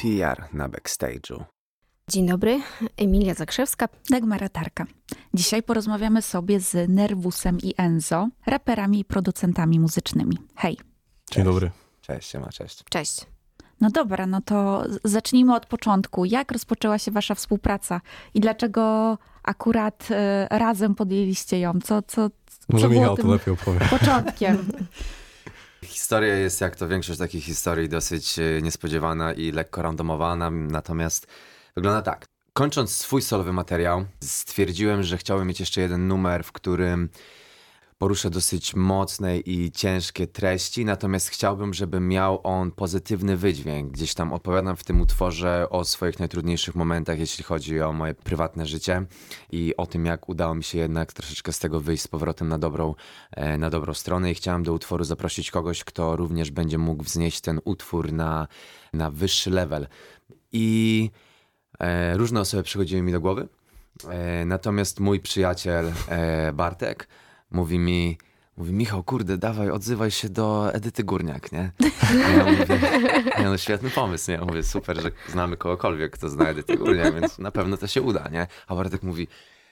PR na backstage'u. Dzień dobry, Emilia Zakrzewska. Dagmara Tarka. Dzisiaj porozmawiamy sobie z Nervusem i Enzo, raperami i producentami muzycznymi. Hej. Dzień dobry. Cześć, siema, cześć. Cześć. No dobra, no to zacznijmy od początku. Jak rozpoczęła się wasza współpraca i dlaczego akurat razem podjęliście ją? Może było Michał tym to lepiej opowie. początkiem? Historia jest, jak to większość takich historii, dosyć niespodziewana i lekko randomowana, natomiast wygląda tak. Kończąc swój solowy materiał, stwierdziłem, że chciałbym mieć jeszcze jeden numer, w którym poruszę dosyć mocne i ciężkie treści, natomiast chciałbym, żeby miał on pozytywny wydźwięk. Gdzieś tam opowiadam w tym utworze o swoich najtrudniejszych momentach, jeśli chodzi o moje prywatne życie i o tym, jak udało mi się jednak troszeczkę z tego wyjść z powrotem na dobrą stronę i chciałem do utworu zaprosić kogoś, kto również będzie mógł wznieść ten utwór na wyższy level. I różne osoby przychodziły mi do głowy, natomiast mój przyjaciel Bartek mówi mi, Michał, kurde, dawaj, odzywaj się do Edyty Górniak, nie? Ja mówię, no świetny pomysł, nie? Ja mówię, super, że znamy kogokolwiek, kto zna Edytę Górniak, więc na pewno to się uda, nie? A Bartek mówi,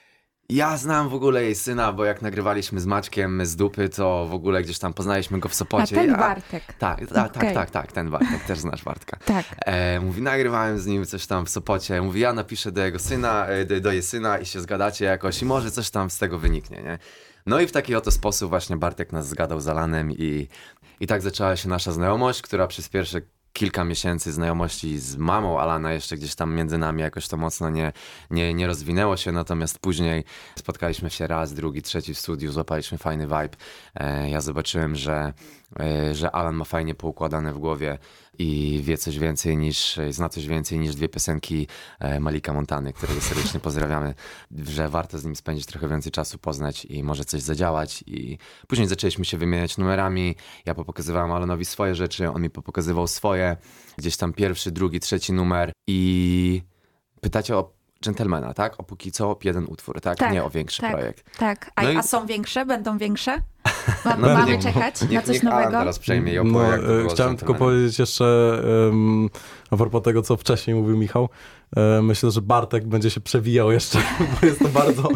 ja znam w ogóle jej syna, bo jak nagrywaliśmy z Maćkiem z Dupy, to w ogóle gdzieś tam poznaliśmy go w Sopocie. A ten Bartek. Tak, ten Bartek, też znasz Bartka. Tak. Mówi, nagrywałem z nim coś tam w Sopocie, mówi, ja napiszę do jego syna, do jej syna i się zgadacie jakoś i może coś tam z tego wyniknie, nie? No i w taki oto sposób właśnie Bartek nas zgadał z Alanem i tak zaczęła się nasza znajomość, która przez pierwsze kilka miesięcy znajomości z mamą Alana jeszcze gdzieś tam między nami jakoś to mocno nie rozwinęło się, natomiast później spotkaliśmy się raz, drugi, trzeci w studiu, złapaliśmy fajny vibe. Ja zobaczyłem, że Alan ma fajnie poukładane w głowie i zna coś więcej niż dwie piosenki Malika Montany, którego serdecznie pozdrawiamy, że warto z nim spędzić trochę więcej czasu, poznać i może coś zadziałać. I później zaczęliśmy się wymieniać numerami, ja popokazywałem Alanowi swoje rzeczy, on mi popokazywał swoje, gdzieś tam pierwszy, drugi, trzeci numer i pytacie o Gentlemana, tak? O póki co jeden utwór, tak? Nie o większy projekt. Tak. A są większe? Będą większe? No Mamy czekać na coś nowego? Alan teraz przejmie i opowie, jak to było chciałem tylko powiedzieć jeszcze a propos tego, co wcześniej mówił Michał. Myślę, że Bartek będzie się przewijał jeszcze, bo jest to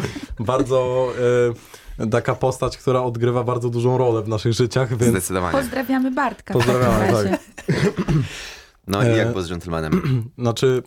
bardzo taka postać, która odgrywa bardzo dużą rolę w naszych życiach, więc... Zdecydowanie. Pozdrawiamy Bartka. Pozdrawiamy, tak. No i jak było z Gentlemanem? Znaczy,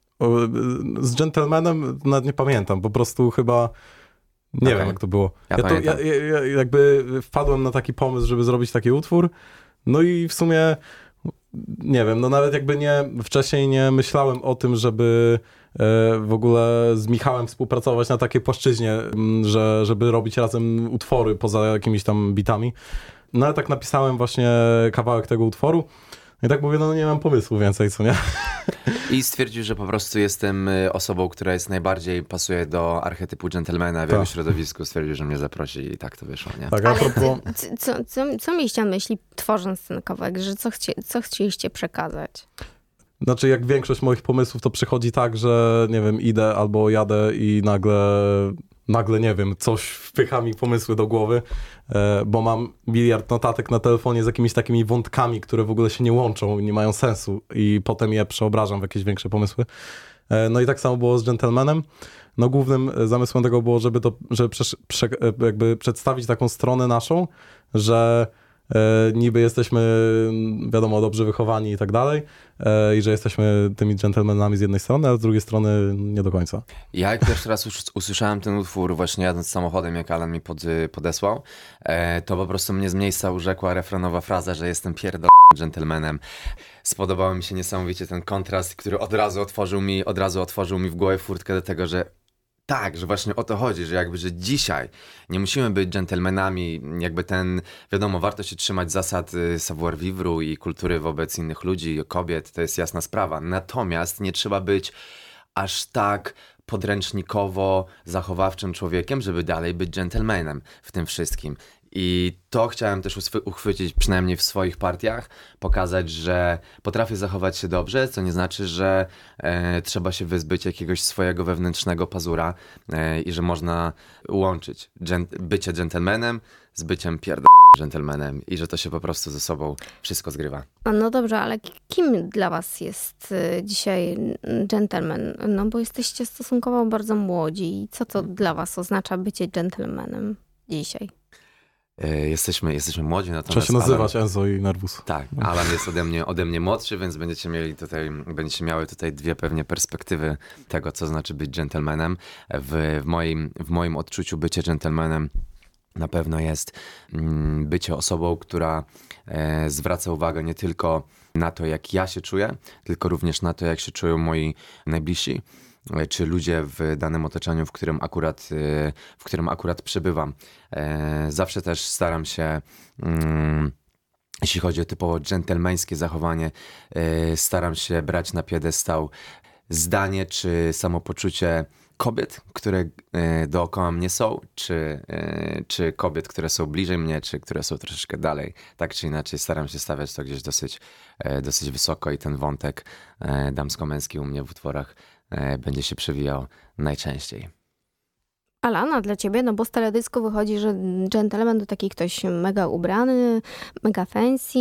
z Gentlemanem nawet nie pamiętam, po prostu chyba... Nie wiem, jak to było. Ja jakby wpadłem na taki pomysł, żeby zrobić taki utwór, no i w sumie, nie wiem, no nawet jakby wcześniej nie myślałem o tym, żeby w ogóle z Michałem współpracować na takiej płaszczyźnie, żeby robić razem utwory poza jakimiś tam bitami. No ale tak napisałem właśnie kawałek tego utworu. I tak mówię, no nie mam pomysłu więcej, co nie? I stwierdził, że po prostu jestem osobą, która jest najbardziej pasuje do archetypu gentlemana w jego środowisku. Stwierdził, że mnie zaprosi i tak to wyszło, nie? Tak, a propos... Co mieliście na myśli, tworząc ten kawałek? Że co chcieliście przekazać? Znaczy, jak większość moich pomysłów, to przychodzi tak, że nie wiem, idę albo jadę i nagle, nie wiem, coś wpycha mi pomysły do głowy, bo mam miliard notatek na telefonie z jakimiś takimi wątkami, które w ogóle się nie łączą i nie mają sensu i potem je przeobrażam w jakieś większe pomysły. No i tak samo było z Gentlemanem. No głównym zamysłem tego było, żeby jakby przedstawić taką stronę naszą, że niby jesteśmy, wiadomo, dobrze wychowani i tak dalej i że jesteśmy tymi dżentelmenami z jednej strony, a z drugiej strony nie do końca. Ja jak pierwszy raz usłyszałem ten utwór właśnie jadąc samochodem, jak Alan mi podesłał, to po prostu mnie z miejsca urzekła refrenowa fraza, że jestem gentlemanem. Spodobał mi się niesamowicie ten kontrast, który od razu otworzył mi w głowie furtkę do tego, że tak, że właśnie o to chodzi, że jakby, że dzisiaj nie musimy być dżentelmenami, jakby wiadomo, warto się trzymać zasad savoir vivre i kultury wobec innych ludzi, kobiet, to jest jasna sprawa. Natomiast nie trzeba być aż tak podręcznikowo zachowawczym człowiekiem, żeby dalej być dżentelmenem w tym wszystkim. I to chciałem też uchwycić przynajmniej w swoich partiach, pokazać, że potrafię zachować się dobrze, co nie znaczy, że trzeba się wyzbyć jakiegoś swojego wewnętrznego pazura i że można łączyć bycie dżentelmenem z byciem dżentelmenem i że to się po prostu ze sobą wszystko zgrywa. No dobrze, ale kim dla was jest dzisiaj gentleman? No bo jesteście stosunkowo bardzo młodzi. Co to dla was oznacza bycie gentlemanem dzisiaj? Jesteśmy młodzi, Trzeba natomiast się nazywać Enzo i Nervus. Tak, Alan jest ode mnie młodszy, więc będziecie miały tutaj dwie pewnie perspektywy tego, co znaczy być gentlemanem. W moim odczuciu bycie gentlemanem na pewno jest bycie osobą, która zwraca uwagę nie tylko na to, jak ja się czuję, tylko również na to, jak się czują moi najbliżsi, czy ludzie w danym otoczeniu, w którym akurat przebywam. Zawsze też staram się, jeśli chodzi o typowo dżentelmeńskie zachowanie, staram się brać na piedestał zdanie czy samopoczucie kobiet, które dookoła mnie są, czy kobiet, które są bliżej mnie, czy które są troszeczkę dalej. Tak czy inaczej staram się stawiać to gdzieś dosyć wysoko i ten wątek damsko-męski u mnie w utworach będzie się przewijał najczęściej. Alana, dla ciebie, no bo z teledysku wychodzi, że gentleman to taki ktoś mega ubrany, mega fancy,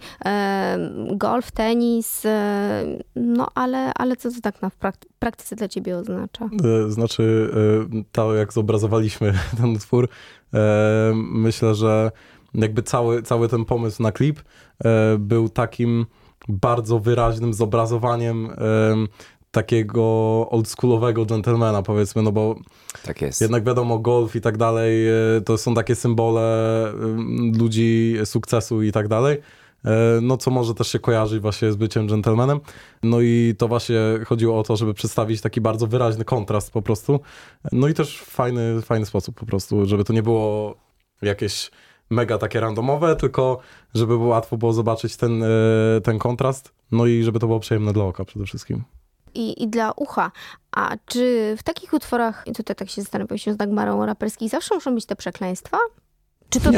golf, tenis, no ale co to tak w praktyce dla ciebie oznacza? Znaczy, to jak zobrazowaliśmy ten utwór, myślę, że jakby cały ten pomysł na klip był takim bardzo wyraźnym zobrazowaniem takiego oldschoolowego gentlemana, powiedzmy, no bo tak jest. Jednak wiadomo, golf i tak dalej, to są takie symbole ludzi sukcesu i tak dalej, no co może też się kojarzyć właśnie z byciem gentlemanem. No i to właśnie chodziło o to, żeby przedstawić taki bardzo wyraźny kontrast po prostu. No i też fajny sposób po prostu, żeby to nie było jakieś mega takie randomowe, tylko żeby łatwo było zobaczyć ten kontrast, no i żeby to było przyjemne dla oka przede wszystkim. I dla ucha. A czy w takich utworach, i tutaj tak się zastanawiam się z Dagmarą raperskich, zawsze muszą być te przekleństwa? Czy to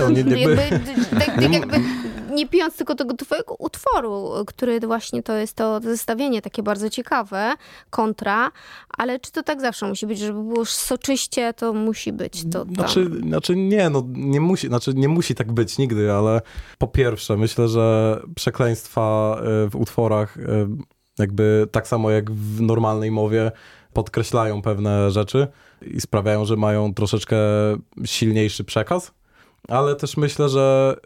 nie pijąc tylko tego twojego utworu, który właśnie to jest to zestawienie takie bardzo ciekawe, kontra, ale czy to tak zawsze musi być, żeby było soczyście, to musi być to tam? Znaczy nie, no nie musi tak być nigdy, ale po pierwsze myślę, że przekleństwa w utworach jakby tak samo jak w normalnej mowie podkreślają pewne rzeczy i sprawiają, że mają troszeczkę silniejszy przekaz, ale też myślę, że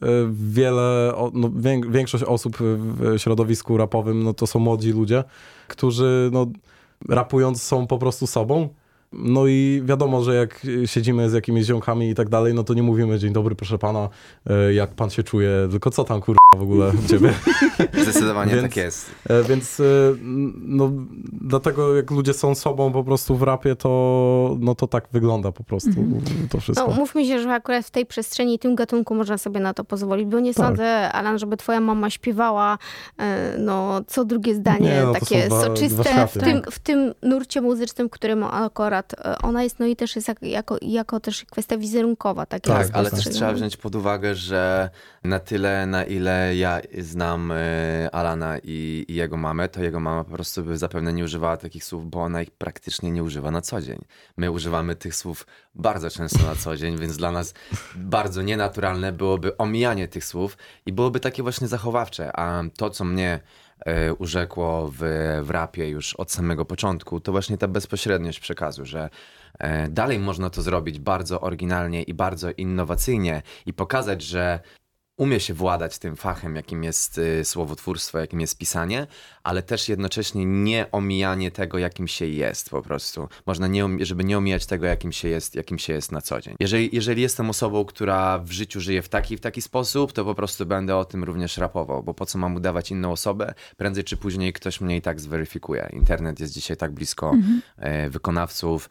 większość osób w środowisku rapowym, no to są młodzi ludzie, którzy no, rapując są po prostu sobą. No i wiadomo, że jak siedzimy z jakimiś ziomkami i tak dalej, no to nie mówimy dzień dobry, proszę pana, jak pan się czuje, tylko co tam w ogóle u ciebie. Zdecydowanie tak jest. Więc no dlatego jak ludzie są sobą po prostu w rapie, to tak wygląda po prostu to wszystko. No, mówmy się, że akurat w tej przestrzeni i tym gatunku można sobie na to pozwolić, bo nie sądzę, Alan, żeby twoja mama śpiewała no, co drugie zdanie takie soczyste w tym nurcie muzycznym, w którym akurat ona jest, no i też jest jako też kwestia wizerunkowa. Tak, ale też trzeba wziąć pod uwagę, że na tyle, na ile ja znam Alana i jego mamę, to jego mama po prostu by zapewne nie używała takich słów, bo ona ich praktycznie nie używa na co dzień. My używamy tych słów bardzo często na co dzień, więc dla nas bardzo nienaturalne byłoby omijanie tych słów i byłoby takie właśnie zachowawcze. A to, co mnie urzekło w rapie już od samego początku, to właśnie ta bezpośredniość przekazu, że dalej można to zrobić bardzo oryginalnie i bardzo innowacyjnie i pokazać, że umie się władać tym fachem, jakim jest słowotwórstwo, jakim jest pisanie, ale też jednocześnie nie omijanie tego, jakim się jest po prostu. Można, żeby nie omijać tego, jakim się jest na co dzień. Jeżeli jestem osobą, która w życiu żyje w taki sposób, to po prostu będę o tym również rapował, bo po co mam udawać inną osobę? Prędzej czy później ktoś mnie i tak zweryfikuje. Internet jest dzisiaj tak blisko wykonawców,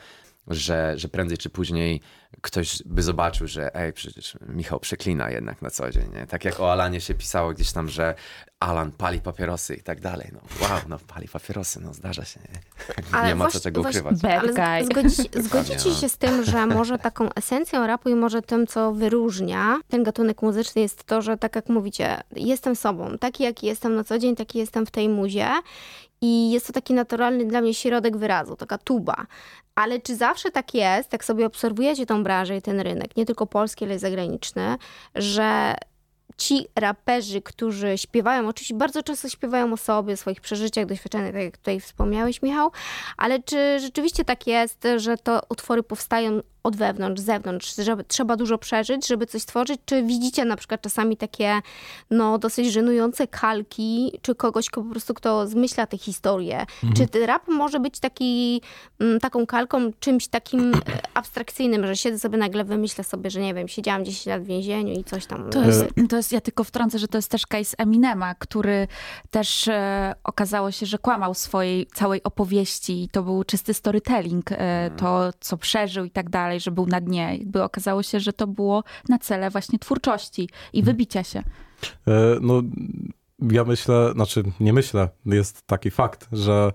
że prędzej czy później ktoś by zobaczył, że przecież Michał przeklina jednak na co dzień, nie? Tak jak o Alanie się pisało gdzieś tam, że Alan pali papierosy i tak dalej. No wow, no pali papierosy, no zdarza się, nie? Nie ma co tego ukrywać. Ale zgodzicie się z tym, że może taką esencją rapu i może tym, co wyróżnia ten gatunek muzyczny jest to, że tak jak mówicie, jestem sobą, taki jaki jestem na co dzień, taki jestem w tej muzie. I jest to taki naturalny dla mnie środek wyrazu, taka tuba. Ale czy zawsze tak jest, jak sobie obserwujecie tą branżę i ten rynek, nie tylko polski, ale i zagraniczny, że ci raperzy, którzy śpiewają, oczywiście bardzo często śpiewają o sobie, o swoich przeżyciach, doświadczeniach, tak jak tutaj wspomniałeś, Michał, ale czy rzeczywiście tak jest, że to utwory powstają od wewnątrz, z zewnątrz, że trzeba dużo przeżyć, żeby coś stworzyć? Czy widzicie na przykład czasami takie dosyć żenujące kalki, czy kogoś po prostu, kto zmyśla tę historię? Czy rap może być taką kalką, czymś takim abstrakcyjnym, że siedzę sobie nagle, wymyślę sobie, że nie wiem, siedziałam 10 lat w więzieniu i coś tam. To jest, ja tylko wtrącę, że to jest też case Eminema, który też okazało się, że kłamał swojej całej opowieści i to był czysty storytelling, to co przeżył i tak dalej, że był na dnie. Jakby okazało się, że to było na cele właśnie twórczości i wybicia się. No, ja myślę, nie myślę, jest taki fakt, że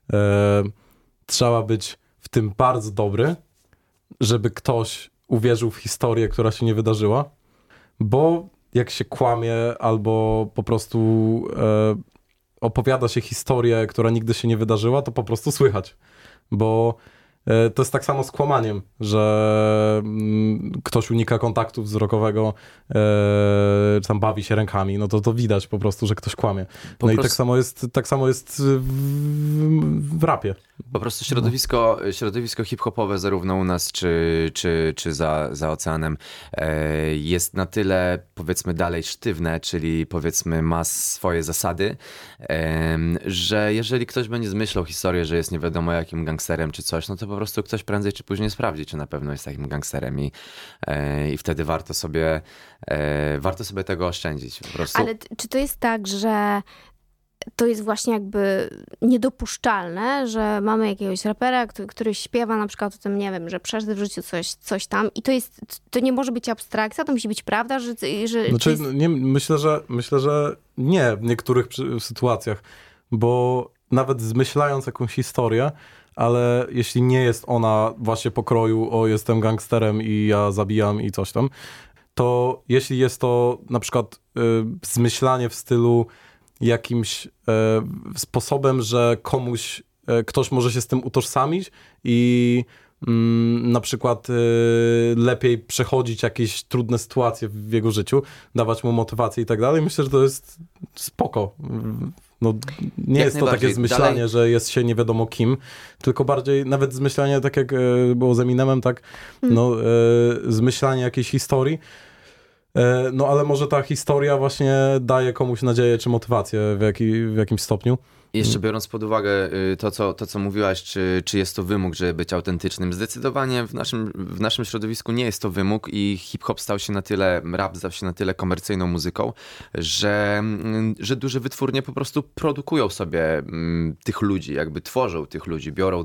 trzeba być w tym bardzo dobry, żeby ktoś uwierzył w historię, która się nie wydarzyła, bo jak się kłamie albo po prostu opowiada się historię, która nigdy się nie wydarzyła, to po prostu słychać, bo to jest tak samo z kłamaniem, że ktoś unika kontaktu wzrokowego, czy tam bawi się rękami, no to widać po prostu, że ktoś kłamie. I tak samo jest w rapie. Po prostu środowisko hip-hopowe zarówno u nas, czy za oceanem jest na tyle, powiedzmy, dalej sztywne, czyli powiedzmy ma swoje zasady, że jeżeli ktoś będzie zmyślał historię, że jest nie wiadomo jakim gangsterem czy coś, no to po prostu ktoś prędzej czy później sprawdzi, czy na pewno jest takim gangsterem i wtedy warto sobie tego oszczędzić po prostu. Ale czy to jest tak, że to jest właśnie jakby niedopuszczalne, że mamy jakiegoś rapera, który śpiewa na przykład o tym, nie wiem, że przeżył w życiu coś tam i to nie może być abstrakcja, to musi być prawda, że znaczy, nie, myślę, że nie w niektórych sytuacjach, bo nawet zmyślając jakąś historię, ale jeśli nie jest ona właśnie pokroju jestem gangsterem i ja zabijam i coś tam, to jeśli jest to na przykład zmyślanie w stylu jakimś sposobem, że ktoś może się z tym utożsamić i na przykład lepiej przechodzić jakieś trudne sytuacje w jego życiu, dawać mu motywację i tak dalej. Myślę, że to jest spoko. No, nie jest to takie zmyślanie, że jest się nie wiadomo kim, tylko bardziej nawet zmyślanie, tak jak było z Eminemem, tak, zmyślanie jakiejś historii. No ale może ta historia właśnie daje komuś nadzieję czy motywację w jakimś stopniu. Jeszcze biorąc pod uwagę to, co mówiłaś, czy jest to wymóg, żeby być autentycznym, zdecydowanie w naszym środowisku nie jest to wymóg i hip-hop rap stał się na tyle komercyjną muzyką, że duże wytwórnie po prostu produkują sobie tych ludzi, jakby tworzą tych ludzi, biorą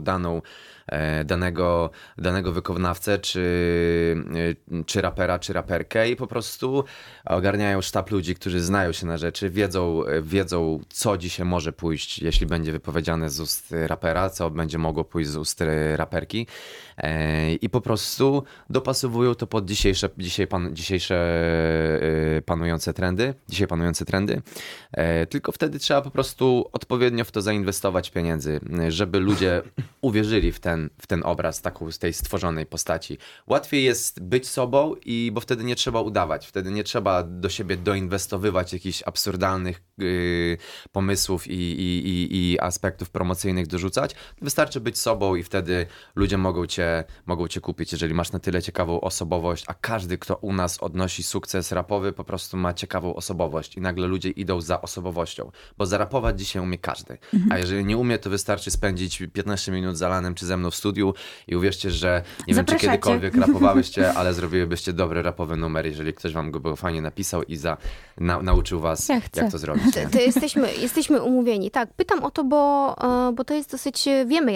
danego wykonawcę, czy rapera, czy raperkę i po prostu ogarniają sztab ludzi, którzy znają się na rzeczy, wiedzą co dzisiaj może pójść, jeśli będzie wypowiedziane z ust rapera, co będzie mogło pójść z ust raperki i po prostu dopasowują to pod dzisiaj panujące trendy. Tylko wtedy trzeba po prostu odpowiednio w to zainwestować pieniędzy, żeby ludzie uwierzyli w ten obraz z tej stworzonej postaci. Łatwiej jest być sobą, bo wtedy nie trzeba udawać, wtedy nie trzeba do siebie doinwestowywać jakichś absurdalnych pomysłów i aspektów promocyjnych dorzucać. Wystarczy być sobą i wtedy ludzie mogą cię kupić, jeżeli masz na tyle ciekawą osobowość, a każdy, kto u nas odnosi sukces rapowy, po prostu ma ciekawą osobowość i nagle ludzie idą za osobowością, bo zarapować dzisiaj umie każdy, a jeżeli nie umie, to wystarczy spędzić 15 minut z Alanem czy ze mną w studiu i uwierzcie, że nie wiem, czy kiedykolwiek rapowałyście, ale zrobiłybyście dobry rapowy numer, jeżeli ktoś wam go fajnie napisał i nauczył was, jak to zrobić. To jesteśmy umówieni. Tak, pytam o to, bo to jest dosyć, wiemy jak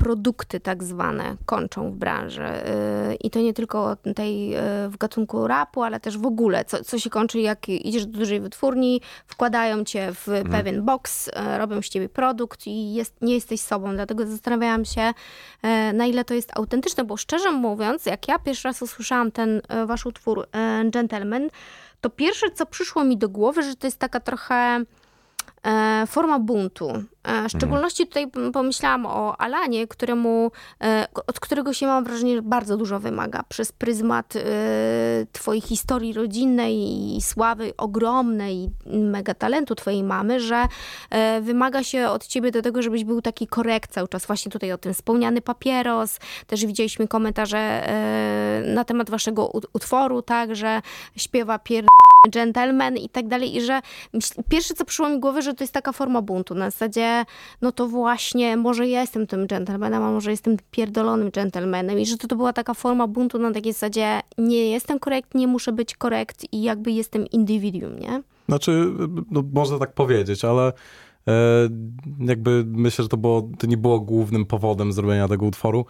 produkty tak zwane kończą w branży. I to nie tylko w gatunku rapu, ale też w ogóle. Co się kończy, jak idziesz do dużej wytwórni, wkładają cię w pewien boks, robią z ciebie produkt i nie jesteś sobą. Dlatego zastanawiałam się, na ile to jest autentyczne, bo szczerze mówiąc, jak ja pierwszy raz usłyszałam ten wasz utwór Gentleman, to pierwsze, co przyszło mi do głowy, że to jest taka trochę forma buntu. W szczególności tutaj pomyślałam o Alanie, od którego się, mam wrażenie, że bardzo dużo wymaga. Przez pryzmat twojej historii rodzinnej i sławy ogromnej i mega talentu twojej mamy, że wymaga się od ciebie do tego, żebyś był taki korekt cały czas. Właśnie tutaj o tym wspomniany papieros. Też widzieliśmy komentarze na temat waszego utworu, tak, że śpiewa gentleman i tak dalej. I że pierwsze, co przyszło mi głowy, że to jest taka forma buntu. Na zasadzie, no to właśnie, może ja jestem tym gentlemanem, a może jestem pierdolonym gentlemanem. I że to była taka forma buntu na takiej zasadzie, nie jestem korekt, nie muszę być korekt i jakby jestem indywiduum, nie? Znaczy, no, można tak powiedzieć, ale jakby myślę, że to nie było głównym powodem zrobienia tego utworu.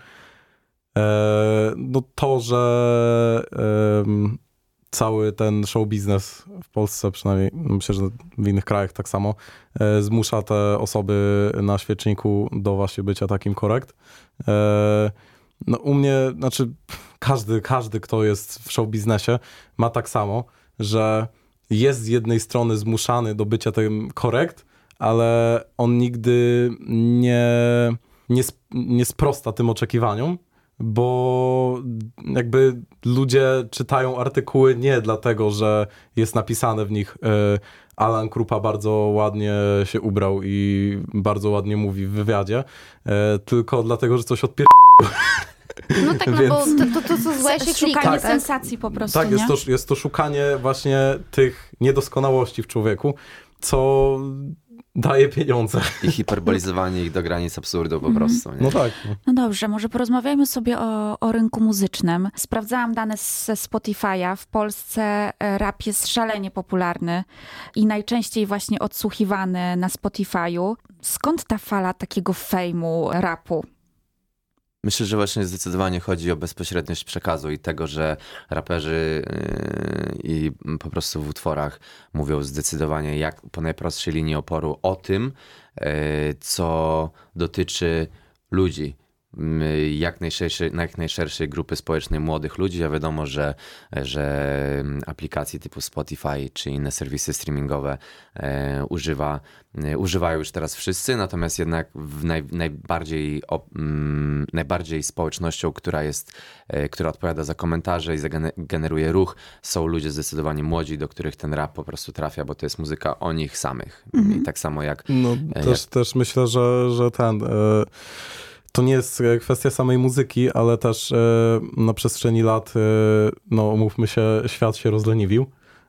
No to, że cały ten show biznes w Polsce, przynajmniej myślę, że w innych krajach tak samo, zmusza te osoby na świeczniku do właśnie bycia takim korekt. No u mnie, znaczy każdy, kto jest w show biznesie, ma tak samo, że jest z jednej strony zmuszany do bycia tym korekt, ale on nigdy nie sprosta tym oczekiwaniom, bo jakby ludzie czytają artykuły nie dlatego, że jest napisane w nich Alan Krupa bardzo ładnie się ubrał i bardzo ładnie mówi w wywiadzie, tylko dlatego, że coś No tak, no bo to co złe się klika. Szukanie sensacji po prostu, tak, nie? Jest to szukanie właśnie tych niedoskonałości w człowieku, co daje pieniądze. I hiperbolizowanie ich do granic absurdu po prostu. Nie? No tak. No dobrze, może porozmawiajmy sobie o rynku muzycznym. Sprawdzałam dane ze Spotify'a. W Polsce rap jest szalenie popularny i najczęściej właśnie odsłuchiwany na Spotify'u. Skąd ta fala takiego fejmu rapu? Myślę, że właśnie zdecydowanie chodzi o bezpośredniość przekazu i tego, że raperzy i po prostu w utworach mówią zdecydowanie jak po najprostszej linii oporu o tym, co dotyczy ludzi. Jak najszerszej grupy społecznej młodych ludzi, a wiadomo, że aplikacji typu Spotify czy inne serwisy streamingowe używają już teraz wszyscy, natomiast jednak najbardziej społecznością, która odpowiada za komentarze i generuje ruch, są ludzie zdecydowanie młodzi, do których ten rap po prostu trafia, bo to jest muzyka o nich samych. I tak samo jak... No też myślę, że to nie jest kwestia samej muzyki, ale też na przestrzeni lat, no umówmy się, świat się rozleniwił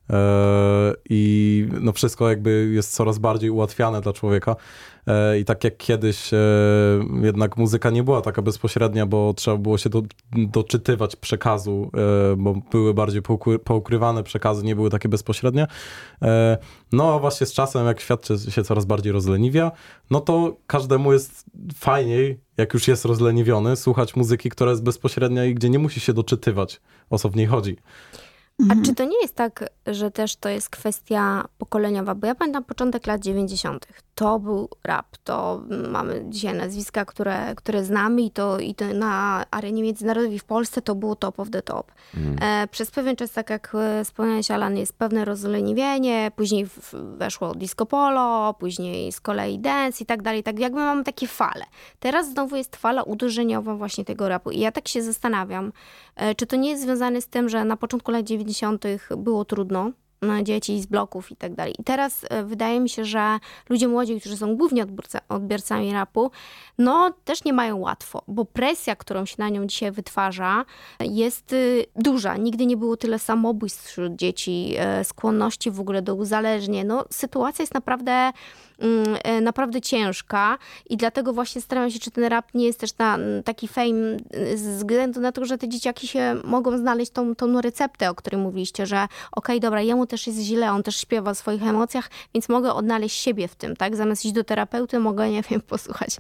i no wszystko jakby jest coraz bardziej ułatwiane dla człowieka i tak jak kiedyś jednak muzyka nie była taka bezpośrednia, bo trzeba było się doczytywać przekazu, bo były bardziej poukrywane przekazy, nie były takie bezpośrednie. No a właśnie z czasem, jak świat się coraz bardziej rozleniwia, no to każdemu jest fajniej, jak już jest rozleniwiony, słuchać muzyki, która jest bezpośrednia i gdzie nie musi się doczytywać, o co w niej chodzi. A czy to nie jest tak, że też to jest kwestia pokoleniowa? Bo ja pamiętam początek lat 90. To był rap. To mamy dzisiaj nazwiska, które znamy i to na arenie międzynarodowej w Polsce to było top of the top. Przez pewien czas, tak jak wspomniałeś, Alan, jest pewne rozleniwienie, później weszło disco polo, później z kolei dance i tak dalej. Tak jakby mamy takie fale. Teraz znowu jest fala uderzeniowa właśnie tego rapu. I ja tak się zastanawiam, czy to nie jest związane z tym, że na początku lat 90. było trudno, dzieci z bloków i tak dalej. I teraz wydaje mi się, że ludzie młodzi, którzy są głównie odbiorcami rapu, no też nie mają łatwo, bo presja, którą się na nią dzisiaj wytwarza, jest duża. Nigdy nie było tyle samobójstw wśród dzieci, skłonności w ogóle do uzależnień. No sytuacja jest naprawdę ciężka i dlatego właśnie zastanawiam się, czy ten rap nie jest też taki fame ze względu na to, że te dzieciaki się mogą znaleźć tą receptę, o której mówiliście, że okej, dobra, jemu też jest źle, on też śpiewa o swoich emocjach, więc mogę odnaleźć siebie w tym, tak? Zamiast iść do terapeuty, mogę, nie wiem, posłuchać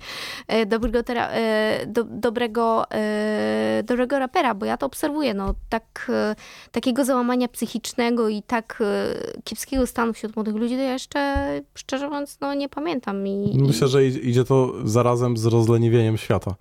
dobrego rapera, bo ja to obserwuję, no takiego załamania psychicznego i tak kiepskiego stanu wśród młodych ludzi, to ja jeszcze, szczerze mówiąc, no nie pamiętam. Myślę, że idzie to zarazem z rozleniwieniem świata,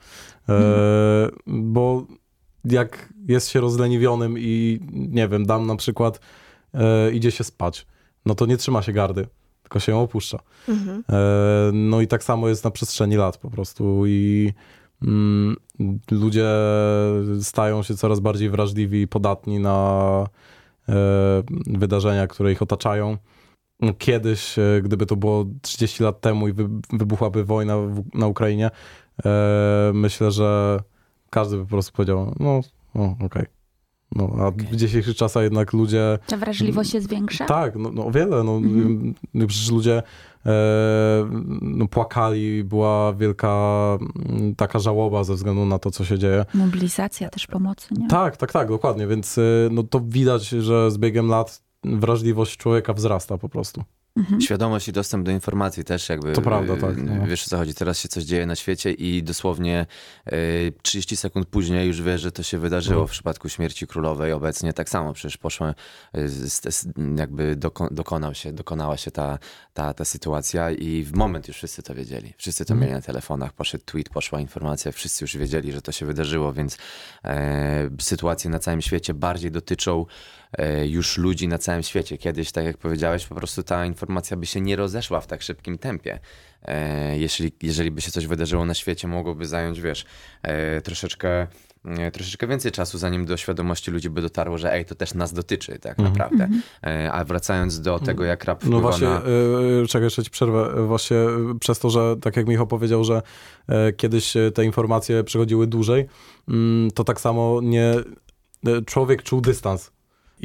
bo jak jest się rozleniwionym i nie wiem, dam na przykład idzie się spać, no to nie trzyma się gardy, tylko się ją opuszcza. No i tak samo jest na przestrzeni lat po prostu i ludzie stają się coraz bardziej wrażliwi i podatni na wydarzenia, które ich otaczają. Kiedyś, gdyby to było 30 lat temu i wybuchłaby wojna na Ukrainie, myślę, że każdy by po prostu powiedział, no okej. No, a w dzisiejszych czasach jednak ludzie... Ta wrażliwość jest większa? Tak, no o wiele. No, przecież ludzie płakali, była wielka taka żałoba ze względu na to, co się dzieje. Mobilizacja też pomocy, nie? Tak, dokładnie. Więc no, to widać, że z biegiem lat wrażliwość człowieka wzrasta po prostu. Świadomość i dostęp do informacji też jakby... To prawda, tak. No. Wiesz, o co chodzi. Teraz się coś dzieje na świecie i dosłownie 30 sekund później już wiesz, że to się wydarzyło. W przypadku śmierci królowej obecnie tak samo. Przecież poszło, jakby dokonała się ta sytuacja i w moment już wszyscy to wiedzieli. Wszyscy to mieli na telefonach. Poszedł tweet, poszła informacja. Wszyscy już wiedzieli, że to się wydarzyło, więc sytuacje na całym świecie bardziej dotyczą już ludzi na całym świecie. Kiedyś, tak jak powiedziałeś, po prostu ta informacja by się nie rozeszła w tak szybkim tempie. Jeżeli by się coś wydarzyło na świecie, mogłoby zająć, wiesz, troszeczkę więcej czasu, zanim do świadomości ludzi by dotarło, że to też nas dotyczy tak naprawdę. A wracając do tego, jak rap wpływa właśnie, na... Czekaj, jeszcze ci przerwę. Właśnie przez to, że tak jak Michał powiedział, że kiedyś te informacje przychodziły dłużej, to tak samo człowiek czuł dystans.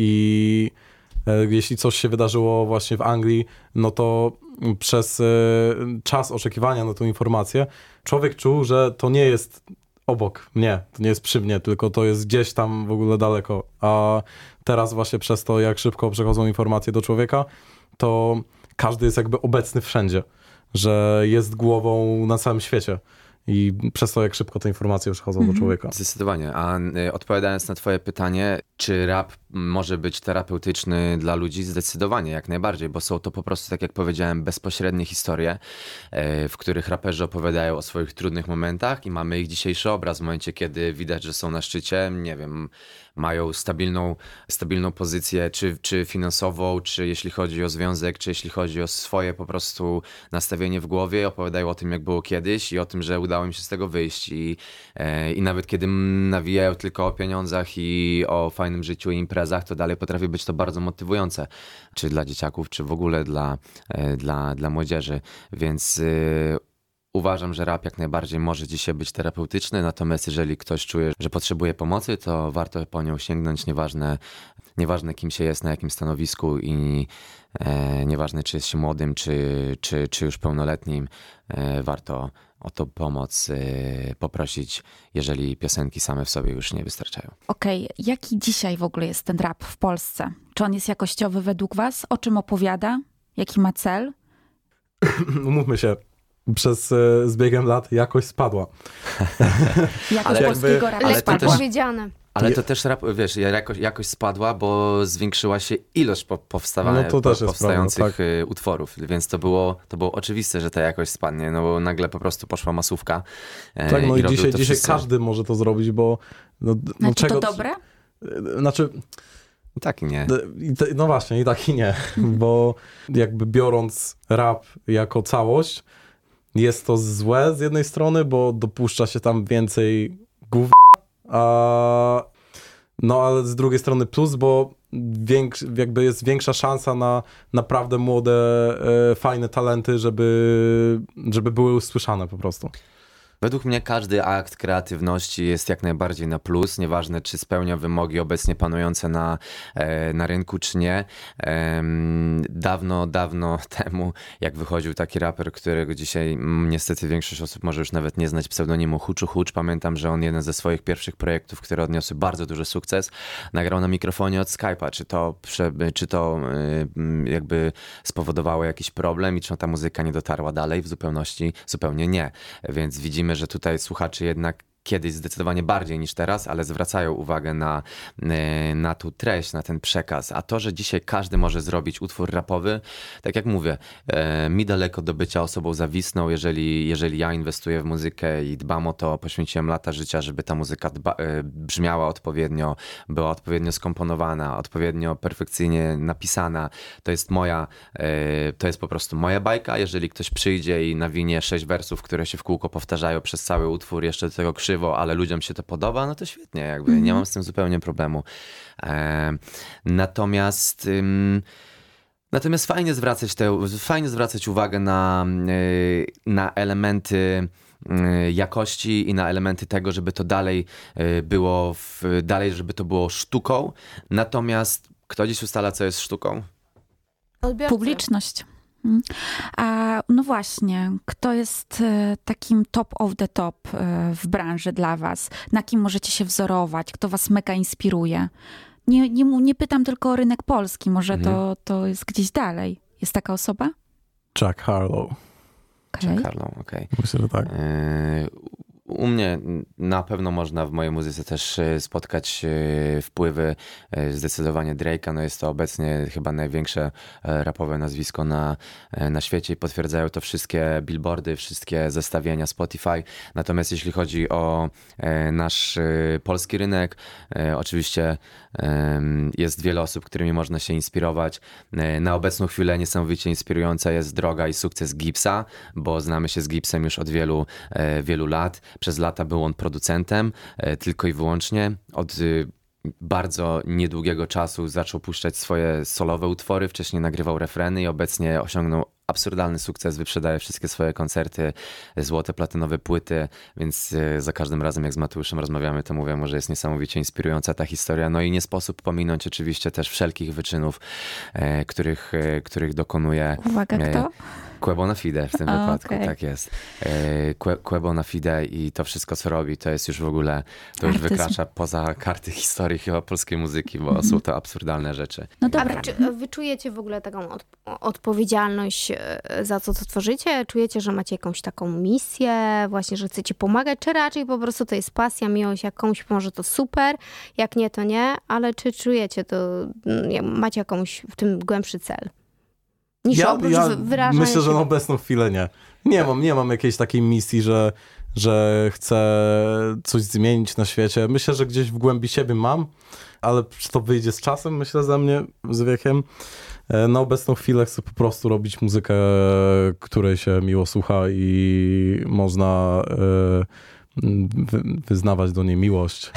I jeśli coś się wydarzyło właśnie w Anglii, no to przez czas oczekiwania na tę informację człowiek czuł, że to nie jest obok mnie, to nie jest przy mnie, tylko to jest gdzieś tam w ogóle daleko. A teraz właśnie przez to, jak szybko przechodzą informacje do człowieka, to każdy jest jakby obecny wszędzie, że jest głową na całym świecie. I przez to, jak szybko te informacje przychodzą do człowieka. Zdecydowanie. A odpowiadając na twoje pytanie, czy rap może być terapeutyczny dla ludzi? Zdecydowanie, jak najbardziej, bo są to po prostu, tak jak powiedziałem, bezpośrednie historie, w których raperzy opowiadają o swoich trudnych momentach i mamy ich dzisiejszy obraz w momencie, kiedy widać, że są na szczycie, nie wiem, mają stabilną pozycję, czy finansową, czy jeśli chodzi o związek, czy jeśli chodzi o swoje po prostu nastawienie w głowie, opowiadają o tym, jak było kiedyś i o tym, że udało im się z tego wyjść i nawet kiedy nawijają tylko o pieniądzach i o fajnym życiu i imprezach, to dalej potrafi być to bardzo motywujące, czy dla dzieciaków, czy w ogóle dla młodzieży, więc uważam, że rap jak najbardziej może dzisiaj być terapeutyczny, natomiast jeżeli ktoś czuje, że potrzebuje pomocy, to warto po nią sięgnąć, nieważne kim się jest, na jakim stanowisku i nieważne czy jest się młodym, czy już pełnoletnim, warto o tą pomoc poprosić, jeżeli piosenki same w sobie już nie wystarczają. Okej, jaki dzisiaj w ogóle jest ten rap w Polsce? Czy on jest jakościowy według was? O czym opowiada? Jaki ma cel? Umówmy się, przez z biegiem lat jakość spadła. Jakość polskiego rapu spadła. Powiedziane. Ale to też, wiesz, jakoś spadła, bo zwiększyła się ilość powstających utworów, więc to było oczywiste, że ta jakość spadnie, no bo nagle po prostu poszła masówka. Tak, no i dzisiaj każdy może to zrobić, bo... to dobre? Znaczy... Tak i nie. No właśnie, i tak i nie, bo jakby biorąc rap jako całość, jest to złe z jednej strony, bo dopuszcza się tam więcej ale z drugiej strony plus, bo jakby jest większa szansa na naprawdę młode, fajne talenty, żeby były usłyszane po prostu. Według mnie każdy akt kreatywności jest jak najbardziej na plus, nieważne czy spełnia wymogi obecnie panujące na rynku, czy nie. Dawno temu, jak wychodził taki raper, którego dzisiaj niestety większość osób może już nawet nie znać, pseudonimu Huczu Hucz, pamiętam, że on jeden ze swoich pierwszych projektów, które odniosły bardzo duży sukces, nagrał na mikrofonie od Skype'a. Czy to jakby spowodowało jakiś problem i czy ta muzyka nie dotarła dalej? W zupełności zupełnie nie. Więc widzimy, że tutaj słuchacze jednak kiedyś zdecydowanie bardziej niż teraz, ale zwracają uwagę na tą treść, na ten przekaz. A to, że dzisiaj każdy może zrobić utwór rapowy, tak jak mówię, mi daleko do bycia osobą zawistną, jeżeli ja inwestuję w muzykę i dbam o to, poświęciłem lata życia, żeby ta muzyka brzmiała odpowiednio, była odpowiednio skomponowana, odpowiednio perfekcyjnie napisana. To jest po prostu moja bajka. Jeżeli ktoś przyjdzie i nawinie 6 wersów, które się w kółko powtarzają przez cały utwór, jeszcze do tego krzywo, ale ludziom się to podoba, no to świetnie, jakby nie mam z tym zupełnie problemu. Natomiast fajnie zwracać uwagę na elementy jakości i na elementy tego, żeby to dalej żeby to było sztuką. Natomiast kto dziś ustala, co jest sztuką? Odbiorcy. Publiczność. No właśnie, kto jest takim top of the top w branży dla was? Na kim możecie się wzorować? Kto was mega inspiruje? Nie pytam tylko o rynek polski, może to jest gdzieś dalej. Jest taka osoba? Jack Harlow. Okay. Jack Harlow, okej. Myślę, że tak. U mnie na pewno można w mojej muzyce też spotkać wpływy zdecydowanie Drake'a. No jest to obecnie chyba największe rapowe nazwisko na świecie i potwierdzają to wszystkie billboardy, wszystkie zestawienia Spotify. Natomiast jeśli chodzi o nasz polski rynek, oczywiście jest wiele osób, którymi można się inspirować. Na obecną chwilę niesamowicie inspirująca jest droga i sukces Gipsa, bo znamy się z Gipsem już od wielu lat. Przez lata był on producentem, tylko i wyłącznie. Od bardzo niedługiego czasu zaczął puszczać swoje solowe utwory, wcześniej nagrywał refreny i obecnie osiągnął absurdalny sukces, wyprzedaje wszystkie swoje koncerty, złote, platynowe płyty, więc za każdym razem jak z Mateuszem rozmawiamy, to mówię mu, że jest niesamowicie inspirująca ta historia. No i nie sposób pominąć oczywiście też wszelkich wyczynów, których dokonuje... Uwaga, kto? Quebo na Fide w tym wypadku, okay. Tak jest. Quebo na Fide i to wszystko, co robi, to jest już w ogóle, to już wykracza poza karty historii chyba polskiej muzyki, bo są to absurdalne rzeczy. No dobra. A czy wy czujecie w ogóle taką odpowiedzialność za co tworzycie? Czujecie, że macie jakąś taką misję, właśnie, że chcecie pomagać, czy raczej po prostu to jest pasja, miłość, jak komuś pomoże, to super, jak nie, to nie, ale czy czujecie to, macie jakąś w tym głębszy cel? Ja myślę, że na obecną chwilę nie. Nie mam jakiejś takiej misji, że chcę coś zmienić na świecie. Myślę, że gdzieś w głębi siebie mam, ale to wyjdzie z czasem, myślę, ze mnie, z wiekiem. Na obecną chwilę chcę po prostu robić muzykę, której się miło słucha i można wyznawać do niej miłość.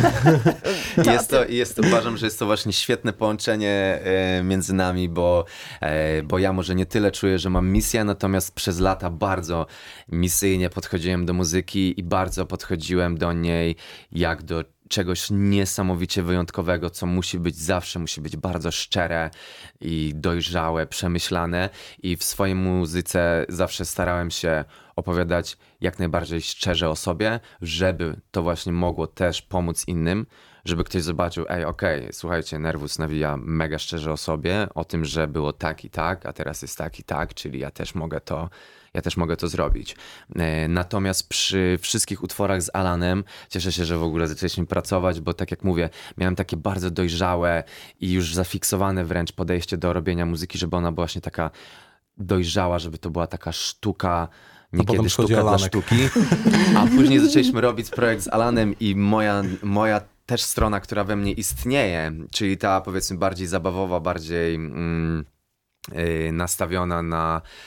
Uważam, że jest to właśnie świetne połączenie między nami, bo ja może nie tyle czuję, że mam misję, natomiast przez lata bardzo misyjnie podchodziłem do muzyki i bardzo podchodziłem do niej jak do czegoś niesamowicie wyjątkowego, co musi być bardzo szczere i dojrzałe, przemyślane i w swojej muzyce zawsze starałem się opowiadać jak najbardziej szczerze o sobie, żeby to właśnie mogło też pomóc innym, żeby ktoś zobaczył, słuchajcie, Nervus nawija mega szczerze o sobie, o tym, że było tak i tak, a teraz jest tak i tak, czyli ja też mogę to zrobić. Natomiast przy wszystkich utworach z Alanem cieszę się, że w ogóle zaczęliśmy pracować, bo tak jak mówię, miałem takie bardzo dojrzałe i już zafiksowane wręcz podejście do robienia muzyki, żeby ona była właśnie taka dojrzała, żeby to była taka sztuka, niekiedy sztuka dla sztuki. A później zaczęliśmy robić projekt z Alanem i moja też strona, która we mnie istnieje, czyli ta powiedzmy bardziej zabawowa, bardziej nastawiona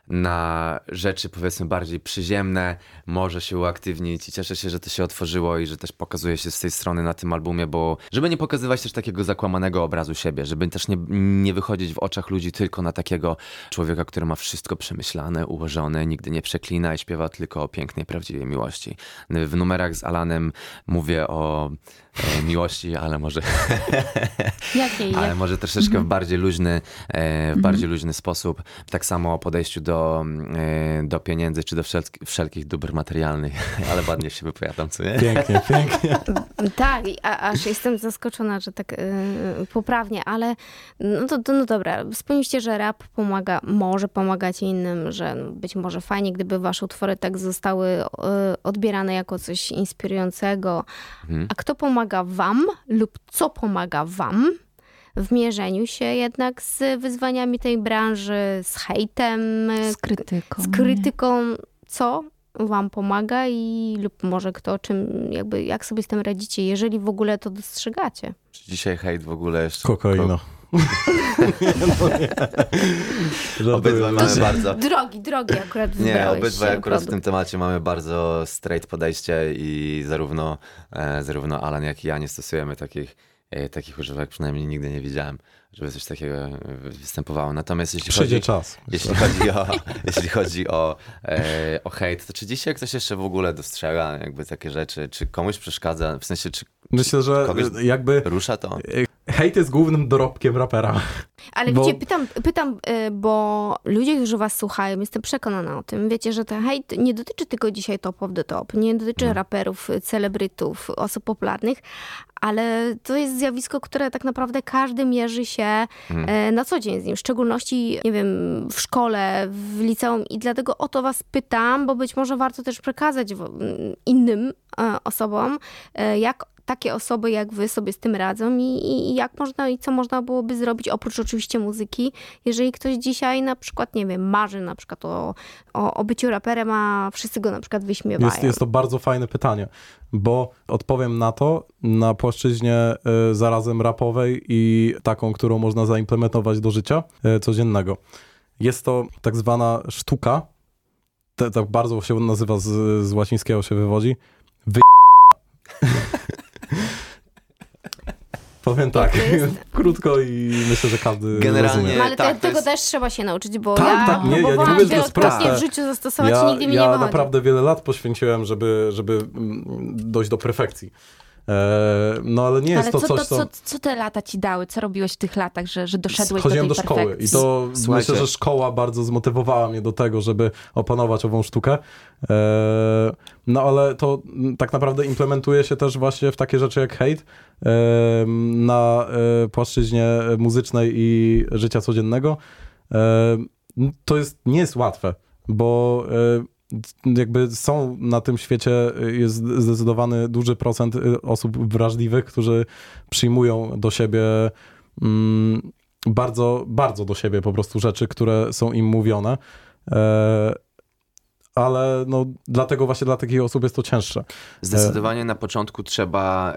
na rzeczy powiedzmy bardziej przyziemne, może się uaktywnić i cieszę się, że to się otworzyło i że też pokazuje się z tej strony na tym albumie, bo żeby nie pokazywać też takiego zakłamanego obrazu siebie, żeby też nie wychodzić w oczach ludzi tylko na takiego człowieka, który ma wszystko przemyślane, ułożone, nigdy nie przeklina i śpiewa tylko o pięknej, prawdziwej miłości. W numerach z Alanem mówię o miłości, ale może ale może troszeczkę w bardziej luźny sposób. Tak samo o podejściu do pieniędzy, czy do wszelkich dóbr materialnych, ale ładnie się wypowiadam, co nie? Pięknie. Tak, aż jestem zaskoczona, że tak poprawnie, ale no dobra, wspomnieliście, że rap może pomagać innym, że być może fajnie, gdyby wasze utwory tak zostały odbierane jako coś inspirującego. A kto pomaga wam lub co pomaga wam w mierzeniu się jednak z wyzwaniami tej branży, z hejtem, z krytyką, co wam pomaga lub może kto, jak sobie z tym radzicie, jeżeli w ogóle to dostrzegacie? Czy dzisiaj hejt w ogóle jeszcze? Kokaina. Obydwa mamy bardzo... Drogi akurat wybrałeś. Nie, obydwa akurat w tym temacie mamy bardzo straight podejście i zarówno Alan, jak i ja nie stosujemy takich używek, przynajmniej nigdy nie widziałem, żeby coś takiego występowało. Natomiast jeśli chodzi o hejt, to czy dzisiaj ktoś jeszcze w ogóle dostrzega jakby takie rzeczy? Czy komuś przeszkadza? W sensie, myślę, że jakby rusza to? Hejt jest głównym dorobkiem rapera. Ale wiecie, pytam, bo ludzie, którzy was słuchają, jestem przekonana o tym, wiecie, że ten hejt nie dotyczy tylko dzisiaj top of the top, nie dotyczy raperów, celebrytów, osób popularnych, ale to jest zjawisko, które tak naprawdę każdy mierzy się na co dzień z nim, w szczególności, nie wiem, w szkole, w liceum i dlatego o to was pytam, bo być może warto też przekazać innym osobom, jak takie osoby jak wy sobie z tym radzą i jak można i co można byłoby zrobić, oprócz oczywiście muzyki, jeżeli ktoś dzisiaj na przykład, nie wiem, marzy na przykład o byciu raperem, a wszyscy go na przykład wyśmiewają. Jest to bardzo fajne pytanie, bo odpowiem na to na płaszczyźnie zarazem rapowej i taką, którą można zaimplementować do życia codziennego. Jest to tak zwana sztuka, tak bardzo się nazywa, z łacińskiego się wywodzi, Powiem tak, krótko i myślę, że każdy rozumie. No, ale tego też trzeba się nauczyć, bo ja nie mówię, że to jest proste. w życiu zastosować i nigdy mi nie wychodzi. Ja naprawdę wiele lat poświęciłem, żeby dojść do perfekcji. No ale nie jest to coś, co te lata ci dały? Co robiłeś w tych latach, że doszedłeś Chodziłem do tej szkoły perfekcji? i to myślę, że szkoła bardzo zmotywowała mnie do tego, żeby opanować ową sztukę. No ale to tak naprawdę implementuje się też właśnie w takie rzeczy jak hejt na płaszczyźnie muzycznej i życia codziennego. To nie jest łatwe, bo jakby są na tym świecie, jest zdecydowany duży procent osób wrażliwych, którzy przyjmują do siebie bardzo, bardzo do siebie po prostu rzeczy, które są im mówione. Ale no, dlatego właśnie dla takich osób jest to cięższe. Zdecydowanie na początku trzeba,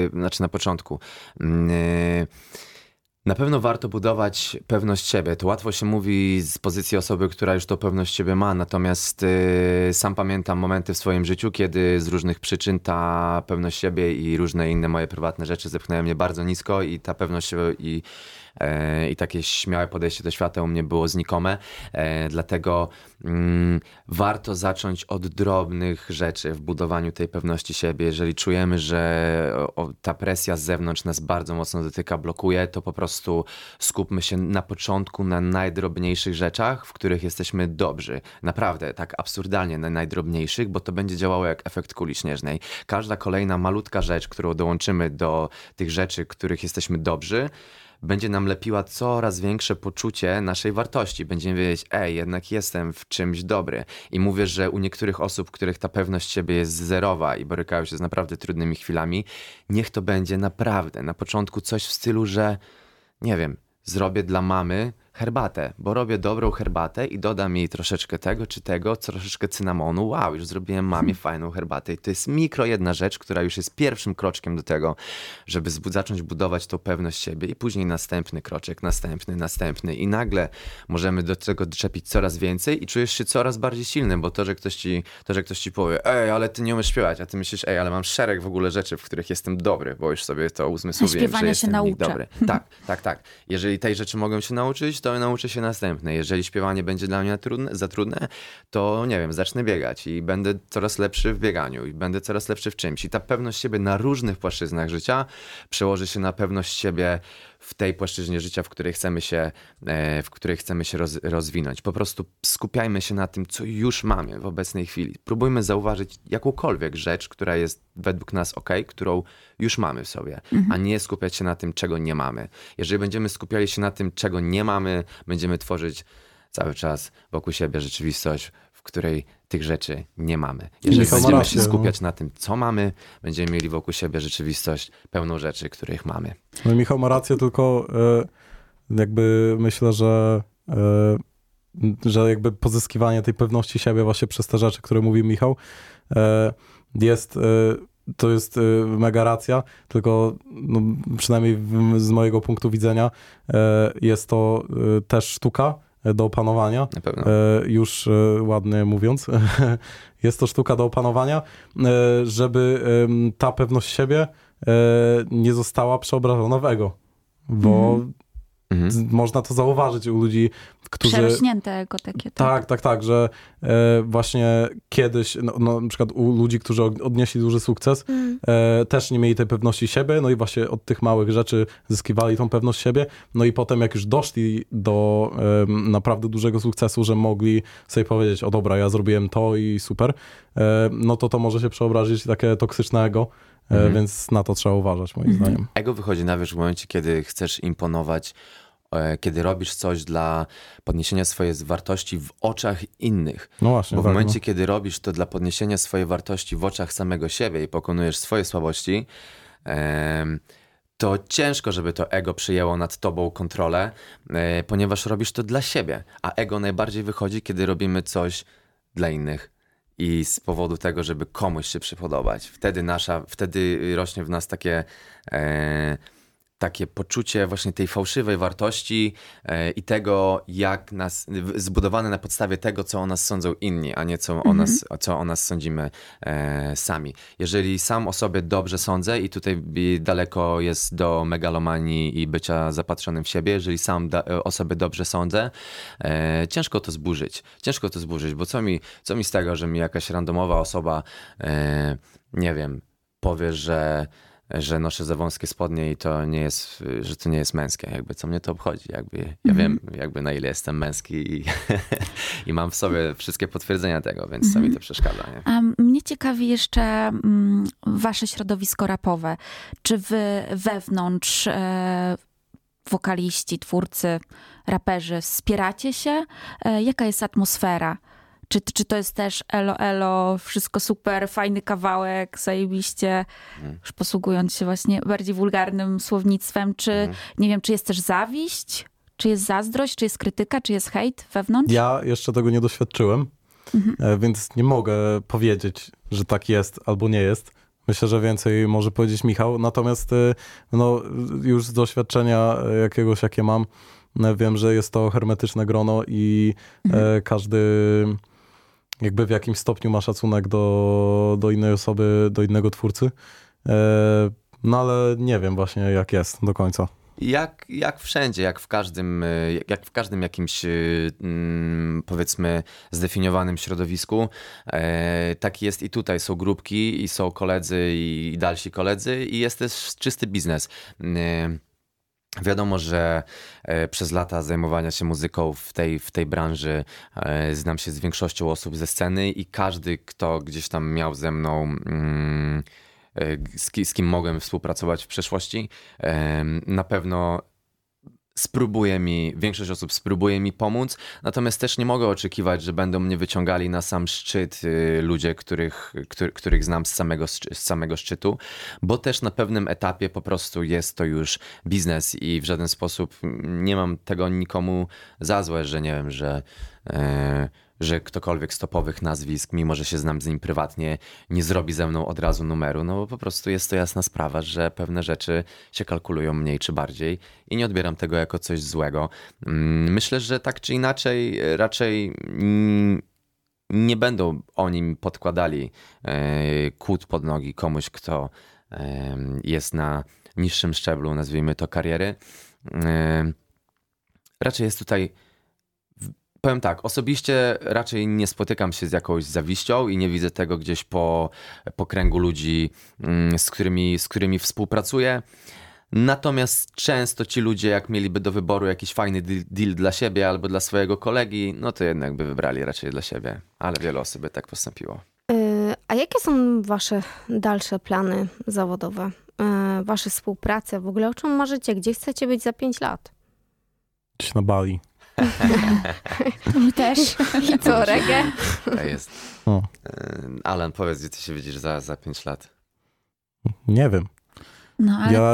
na pewno warto budować pewność siebie. To łatwo się mówi z pozycji osoby, która już tą pewność siebie ma, natomiast sam pamiętam momenty w swoim życiu, kiedy z różnych przyczyn ta pewność siebie i różne inne moje prywatne rzeczy zepchnęły mnie bardzo nisko i ta pewność siebie i takie śmiałe podejście do świata u mnie było znikome. Dlatego warto zacząć od drobnych rzeczy w budowaniu tej pewności siebie. Jeżeli czujemy, że ta presja z zewnątrz nas bardzo mocno dotyka, blokuje, to po prostu skupmy się na początku na najdrobniejszych rzeczach, w których jesteśmy dobrzy. Naprawdę, tak absurdalnie na najdrobniejszych, bo to będzie działało jak efekt kuli śnieżnej. Każda kolejna malutka rzecz, którą dołączymy do tych rzeczy, których jesteśmy dobrzy, będzie nam lepiła coraz większe poczucie naszej wartości. Będziemy wiedzieć, jednak jestem w czymś dobry. I mówię, że u niektórych osób, których ta pewność siebie jest zerowa i borykają się z naprawdę trudnymi chwilami, niech to będzie naprawdę na początku coś w stylu, że nie wiem, zrobię dla mamy herbatę, bo robię dobrą herbatę i dodam jej troszeczkę tego czy tego, troszeczkę cynamonu. Wow, już zrobiłem mamie fajną herbatę. I to jest jedna rzecz, która już jest pierwszym kroczkiem do tego, żeby zacząć budować tą pewność siebie i później następny kroczek, następny i nagle możemy do tego doczepić coraz więcej i czujesz się coraz bardziej silny, bo to, że ktoś ci powie, ej, ale ty nie umiesz śpiewać, a ty myślisz, ej, ale mam szereg w ogóle rzeczy, w których jestem dobry, bo już sobie to uzmysłowiłem, że jestem w nich dobry. Tak. Jeżeli tej rzeczy mogę się nauczyć, to nauczę się następnej. Jeżeli śpiewanie będzie dla mnie za trudne, to nie wiem, zacznę biegać i będę coraz lepszy w bieganiu i będę coraz lepszy w czymś. I ta pewność siebie na różnych płaszczyznach życia przełoży się na pewność siebie w tej płaszczyźnie życia, w której chcemy się rozwinąć. Po prostu skupiajmy się na tym, co już mamy w obecnej chwili. Próbujmy zauważyć jakąkolwiek rzecz, która jest według nas którą już mamy w sobie, a nie skupiać się na tym, czego nie mamy. Jeżeli będziemy skupiali się na tym, czego nie mamy, będziemy tworzyć cały czas wokół siebie rzeczywistość, w której tych rzeczy nie mamy. Jeżeli będziemy się skupiać na tym, co mamy, będziemy mieli wokół siebie rzeczywistość pełną rzeczy, których mamy. No Michał ma rację, tylko jakby myślę, że jakby pozyskiwanie tej pewności siebie właśnie przez te rzeczy, które mówił Michał, to jest mega racja, tylko no, przynajmniej z mojego punktu widzenia jest to też sztuka do opanowania. Na pewno. Już ładnie mówiąc, jest to sztuka do opanowania, żeby ta pewność siebie nie została przeobrażona w ego, bo można to zauważyć u ludzi, którzy... Przerośnięte ego takie. Tak, że właśnie kiedyś, no, na przykład u ludzi, którzy odnieśli duży sukces, też nie mieli tej pewności siebie, no i właśnie od tych małych rzeczy zyskiwali tą pewność siebie, no i potem jak już doszli do naprawdę dużego sukcesu, że mogli sobie powiedzieć, o dobra, ja zrobiłem to i super, no to może się przeobrazić w takie toksyczne ego, więc na to trzeba uważać, moim zdaniem. Ego wychodzi na wierzch w momencie, kiedy chcesz imponować, kiedy robisz coś dla podniesienia swojej wartości w oczach innych. No właśnie. Bo w momencie, kiedy robisz to dla podniesienia swojej wartości w oczach samego siebie i pokonujesz swoje słabości, to ciężko, żeby to ego przyjęło nad tobą kontrolę, ponieważ robisz to dla siebie. A ego najbardziej wychodzi, kiedy robimy coś dla innych. I z powodu tego, żeby komuś się przypodobać. Wtedy rośnie w nas takie poczucie właśnie tej fałszywej wartości i tego, jak nas, zbudowane na podstawie tego, co o nas sądzą inni, a nie co o nas sądzimy sami. Jeżeli sam o sobie dobrze sądzę i tutaj daleko jest do megalomanii i bycia zapatrzonym w siebie, jeżeli sam o sobie dobrze sądzę, ciężko to zburzyć, bo co mi z tego, że mi jakaś randomowa osoba, nie wiem, powie, że noszę za wąskie spodnie i że to nie jest męskie. Jakby co mnie to obchodzi. Ja wiem jakby na ile jestem męski i mam w sobie wszystkie potwierdzenia tego, więc co mi to przeszkadza. Nie? A mnie ciekawi jeszcze wasze środowisko rapowe. Czy wy wewnątrz wokaliści, twórcy, raperzy wspieracie się? Jaka jest atmosfera? Czy to jest też elo, wszystko super, fajny kawałek, zajebiście, już posługując się właśnie bardziej wulgarnym słownictwem, czy nie wiem, czy jest też zawiść, czy jest zazdrość, czy jest krytyka, czy jest hejt wewnątrz? Ja jeszcze tego nie doświadczyłem, więc nie mogę powiedzieć, że tak jest albo nie jest. Myślę, że więcej może powiedzieć Michał, natomiast no, już z doświadczenia jakiegoś, jakie mam, wiem, że jest to hermetyczne grono i każdy jakby w jakimś stopniu ma szacunek do innej osoby, do innego twórcy. No ale nie wiem właśnie, jak jest do końca. Jak wszędzie, jak w każdym jakimś powiedzmy zdefiniowanym środowisku, tak jest i tutaj. Są grupki i są koledzy i dalsi koledzy i jest też czysty biznes. Wiadomo, że przez lata zajmowania się muzyką w tej branży znam się z większością osób ze sceny i każdy, kto gdzieś tam miał ze mną, z kim mogłem współpracować w przeszłości, na pewno większość osób spróbuje mi pomóc, natomiast też nie mogę oczekiwać, że będą mnie wyciągali na sam szczyt ludzie, których znam z samego szczytu, bo też na pewnym etapie po prostu jest to już biznes i w żaden sposób nie mam tego nikomu za złe, że nie wiem, że ktokolwiek z topowych nazwisk, mimo że się znam z nim prywatnie, nie zrobi ze mną od razu numeru, no bo po prostu jest to jasna sprawa, że pewne rzeczy się kalkulują mniej czy bardziej i nie odbieram tego jako coś złego. Myślę, że tak czy inaczej raczej nie będą oni podkładali kłód pod nogi komuś, kto jest na niższym szczeblu, nazwijmy to, kariery. Raczej jest tutaj... Powiem tak, osobiście raczej nie spotykam się z jakąś zawiścią i nie widzę tego gdzieś po kręgu ludzi, z którymi współpracuję. Natomiast często ci ludzie, jak mieliby do wyboru jakiś fajny deal dla siebie albo dla swojego kolegi, no to jednak by wybrali raczej dla siebie. Ale wiele osób by tak postąpiło. A jakie są wasze dalsze plany zawodowe? Wasze współprace? W ogóle o czym marzycie? Gdzie chcecie być za 5 lat? Gdzieś na Bali. My też. I co, reggae? To jest. Alan, powiedz, gdzie ty się widzisz za 5 lat? Nie wiem. No, ale... Ja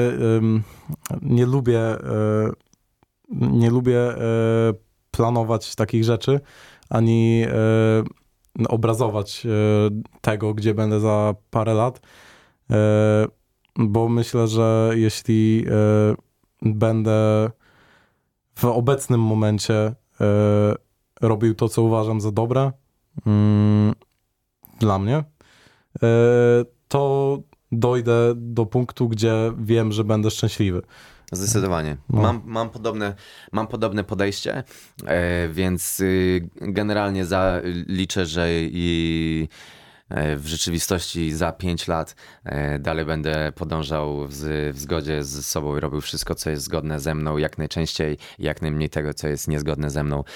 nie lubię planować takich rzeczy, ani obrazować tego, gdzie będę za parę lat, bo myślę, że jeśli będę w obecnym momencie robił to, co uważam za dobre dla mnie, to dojdę do punktu, gdzie wiem, że będę szczęśliwy. Zdecydowanie. No. Mam podobne podejście, więc generalnie liczę, że i w rzeczywistości za 5 lat dalej będę podążał w zgodzie z sobą i robił wszystko, co jest zgodne ze mną jak najczęściej i jak najmniej tego, co jest niezgodne ze mną.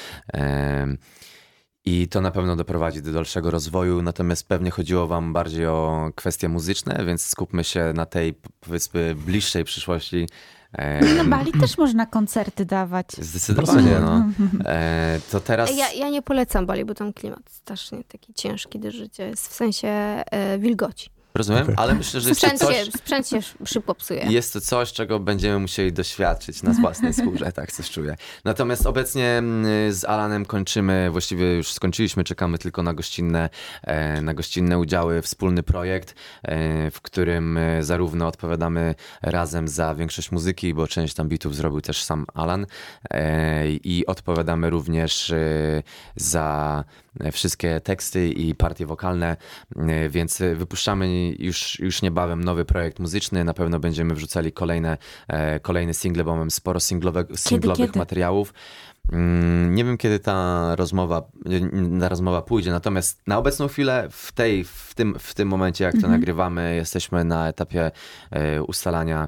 I to na pewno doprowadzi do dalszego rozwoju, natomiast pewnie chodziło wam bardziej o kwestie muzyczne, więc skupmy się na tej, powiedzmy, bliższej przyszłości. Na Bali też można koncerty dawać. Zdecydowanie, no. To teraz... Ja nie polecam Bali, bo tam klimat strasznie taki ciężki do życia jest, w sensie wilgoci. Rozumiem, okay. Ale myślę, że sprzęt się przypopsuje. Jest to coś, czego będziemy musieli doświadczyć na własnej skórze, tak coś czuję. Natomiast obecnie z Alanem właściwie już skończyliśmy, czekamy tylko na gościnne udziały, wspólny projekt, w którym zarówno odpowiadamy razem za większość muzyki, bo część tam bitów zrobił też sam Alan, i odpowiadamy również za wszystkie teksty i partie wokalne, więc wypuszczamy już niebawem nowy projekt muzyczny. Na pewno będziemy wrzucali kolejne single, bo mamy sporo singlowych materiałów. Nie wiem, kiedy ta rozmowa pójdzie, natomiast na obecną chwilę w tym momencie, jak to nagrywamy, jesteśmy na etapie ustalania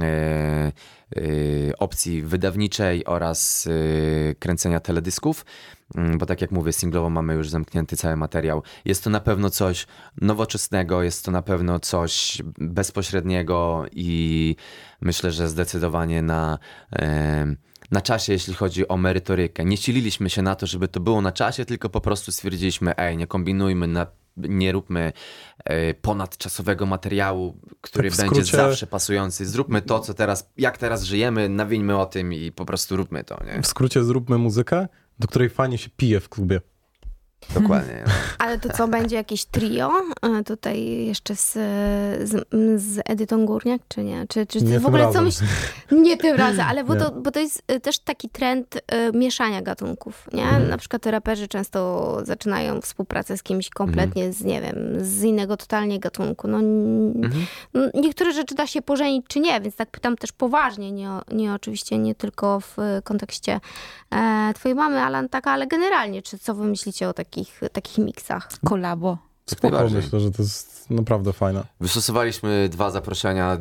opcji wydawniczej oraz kręcenia teledysków, bo tak jak mówię, singlowo mamy już zamknięty cały materiał. Jest to na pewno coś nowoczesnego, jest to na pewno coś bezpośredniego i myślę, że zdecydowanie na czasie, jeśli chodzi o merytorykę. Nie sililiśmy się na to, żeby to było na czasie, tylko po prostu stwierdziliśmy, nie kombinujmy, nie róbmy ponadczasowego materiału, który tak będzie zawsze pasujący. Zróbmy to, jak teraz żyjemy, nawieńmy o tym i po prostu róbmy to. Nie? W skrócie zróbmy muzykę, do której fajnie się pije w klubie. Dokładnie. No. Ale to co, będzie jakieś trio tutaj jeszcze z Edytą Górniak, czy nie? Czy nie w ogóle razem. co Nie tym razem, ale bo to jest też taki trend mieszania gatunków, nie? Na przykład raperzy często zaczynają współpracę z kimś kompletnie z innego totalnie gatunku. Niektóre rzeczy da się pożenić, czy nie, więc tak pytam też poważnie, nie oczywiście nie tylko w kontekście twojej mamy, Alan, ale generalnie, czy co wy myślicie o takich miksach? Kolabo. Spoko, myślę, że to jest naprawdę fajne. Wystosowaliśmy 2 zaproszenia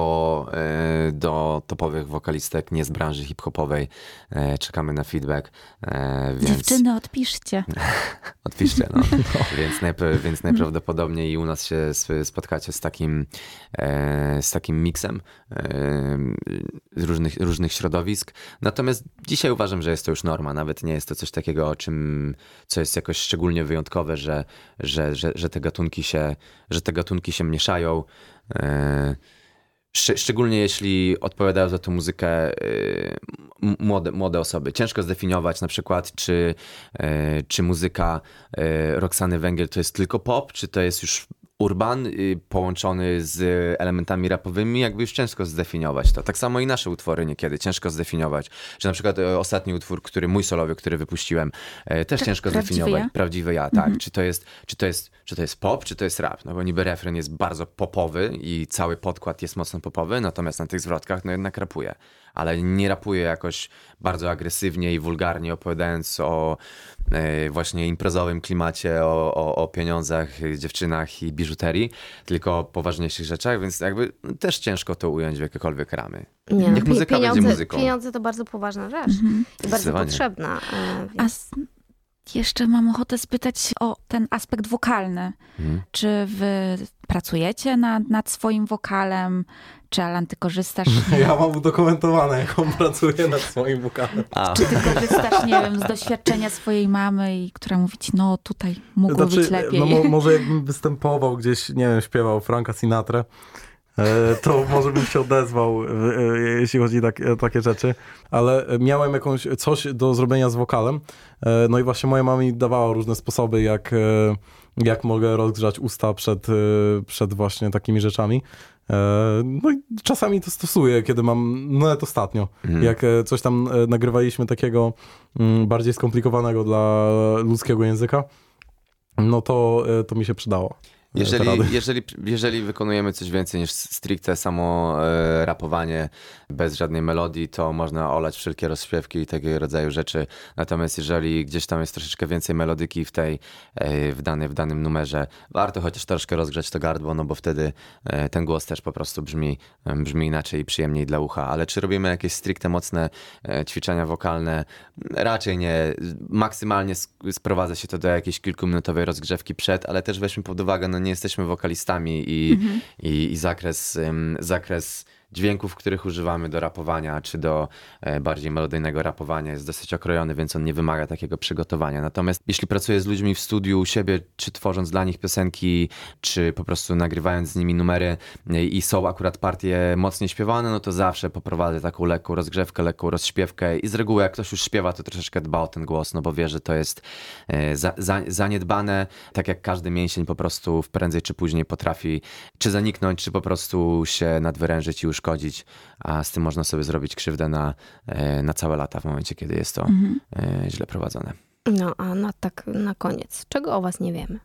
do topowych wokalistek nie z branży hip-hopowej. Czekamy na feedback. Więc... Dziewczyny, odpiszcie. Odpiszcie, no. Więc najprawdopodobniej i u nas się spotkacie z takim miksem. różnych środowisk. Natomiast dzisiaj uważam, że jest to już norma. Nawet nie jest to coś takiego, co jest jakoś szczególnie wyjątkowe, że te gatunki się mieszają. Szczególnie jeśli odpowiadają za tę muzykę młode osoby. Ciężko zdefiniować na przykład, czy muzyka Roxany Węgiel to jest tylko pop, czy to jest już urban połączony z elementami rapowymi, jakby już ciężko zdefiniować to. Tak samo i nasze utwory niekiedy ciężko zdefiniować. Że na przykład ostatni utwór, mój solowy, który wypuściłem, też tak, ciężko zdefiniować. Prawdziwy ja, tak. Czy to jest pop, czy to jest rap? No bo niby refren jest bardzo popowy i cały podkład jest mocno popowy, natomiast na tych zwrotkach no jednak rapuje. Ale nie rapuje jakoś bardzo agresywnie i wulgarnie, opowiadając o właśnie imprezowym klimacie, o pieniądzach, dziewczynach i biżuterii, tylko o poważniejszych rzeczach, więc jakby też ciężko to ująć w jakiekolwiek ramy. Nie, jak muzyka będzie muzyką. Pieniądze to bardzo poważna rzecz i bardzo potrzebna. Jeszcze mam ochotę spytać o ten aspekt wokalny. Czy wy pracujecie nad swoim wokalem? Czy Alan, ty korzystasz? Ja mam udokumentowane, jak on pracuje nad swoim wokalem. Czy ty korzystasz, nie wiem, z doświadczenia swojej mamy, która mówi ci, no tutaj mógłby być lepiej? No może jakbym występował gdzieś, nie wiem, śpiewał Franka Sinatra, to może bym się odezwał, jeśli chodzi o takie rzeczy, ale miałem coś do zrobienia z wokalem, no i właśnie moja mama mi dawała różne sposoby, jak mogę rozgrzać usta przed właśnie takimi rzeczami. No i czasami to stosuję, kiedy mam, no nawet ostatnio, jak coś tam nagrywaliśmy takiego bardziej skomplikowanego dla ludzkiego języka, no to mi się przydało. Jeżeli wykonujemy coś więcej niż stricte samo rapowanie bez żadnej melodii, to można olać wszelkie rozśpiewki i tego rodzaju rzeczy. Natomiast jeżeli gdzieś tam jest troszeczkę więcej melodyki w danym numerze, warto chociaż troszkę rozgrzać to gardło, no bo wtedy ten głos też po prostu brzmi inaczej i przyjemniej dla ucha. Ale czy robimy jakieś stricte mocne ćwiczenia wokalne? Raczej nie. Maksymalnie sprowadza się to do jakiejś kilkuminutowej rozgrzewki przed, ale też weźmy pod uwagę, no nie jesteśmy wokalistami i zakres dźwięków, których używamy do rapowania, czy do bardziej melodyjnego rapowania jest dosyć okrojony, więc on nie wymaga takiego przygotowania. Natomiast jeśli pracuję z ludźmi w studiu u siebie, czy tworząc dla nich piosenki, czy po prostu nagrywając z nimi numery i są akurat partie mocniej śpiewane, no to zawsze poprowadzę taką lekką rozgrzewkę, lekką rozśpiewkę i z reguły jak ktoś już śpiewa, to troszeczkę dba o ten głos, no bo wie, że to jest zaniedbane, tak jak każdy mięsień po prostu prędzej czy później potrafi czy zaniknąć, czy po prostu się nadwyrężyć i uszkodzić, a z tym można sobie zrobić krzywdę na całe lata w momencie, kiedy jest to źle prowadzone. No, a na koniec, czego o was nie wiemy?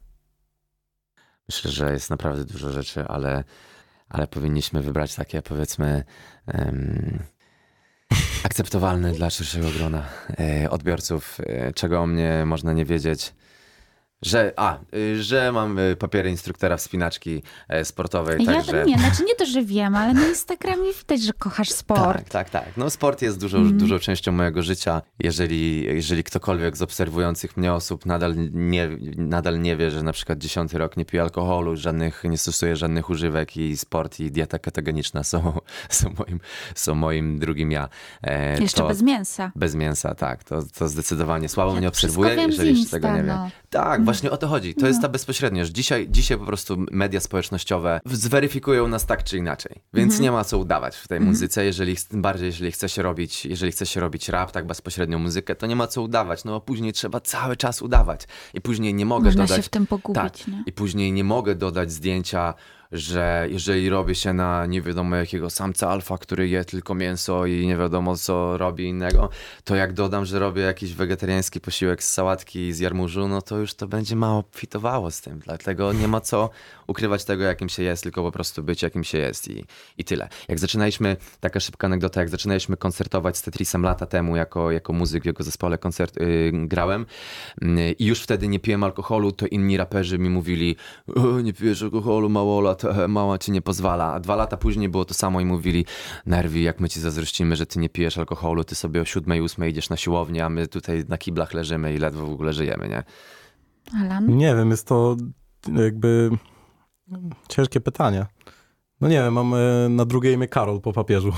Myślę, że jest naprawdę dużo rzeczy, ale powinniśmy wybrać takie, powiedzmy, akceptowalne dla szerszego grona odbiorców, czego o mnie można nie wiedzieć. Że mam papiery instruktora wspinaczki sportowej, także... Nie to, że wiem, ale na Instagramie widać, że kochasz sport. Tak. No sport jest dużą częścią mojego życia. Jeżeli ktokolwiek z obserwujących mnie osób nadal nie wie, że na przykład 10. rok nie piję alkoholu, nie stosuję żadnych używek i sport i dieta ketogeniczna są moim drugim ja. Jeszcze bez mięsa. Bez mięsa, tak. To zdecydowanie słabo mnie obserwuje, jeżeli jeszcze tego nie wie. Tak, właśnie o to chodzi. To jest ta bezpośredniość. Dzisiaj po prostu media społecznościowe zweryfikują nas tak czy inaczej. Więc nie ma co udawać w tej muzyce. Tym bardziej, jeżeli chce się robić rap, tak bezpośrednią muzykę, to nie ma co udawać. No bo później trzeba cały czas udawać. I później nie mogę Można dodać... się w tym pogubić, tak, nie? I później nie mogę dodać zdjęcia, że jeżeli robię się na nie wiadomo jakiego samca alfa, który je tylko mięso i nie wiadomo co robi innego, to jak dodam, że robię jakiś wegetariański posiłek z sałatki z jarmużu, no to już to będzie mało fitowało z tym. Dlatego nie ma co ukrywać tego, jakim się jest, tylko po prostu być, jakim się jest i tyle. Taka szybka anegdota, jak zaczynaliśmy koncertować z Tetrisem lata temu jako muzyk w jego zespole grałem i już wtedy nie piłem alkoholu, to inni raperzy mi mówili, nie pijesz alkoholu, mało lat, mama ci nie pozwala. A 2 lata później było to samo i mówili, Nerwi, jak my ci zazdrościmy, że ty nie pijesz alkoholu, ty sobie o 7, 8 idziesz na siłownię, a my tutaj na kiblach leżymy i ledwo w ogóle żyjemy, nie? Alan? Nie wiem, jest to jakby ciężkie pytanie. No nie wiem, mam na drugie imię Karol po papieżu.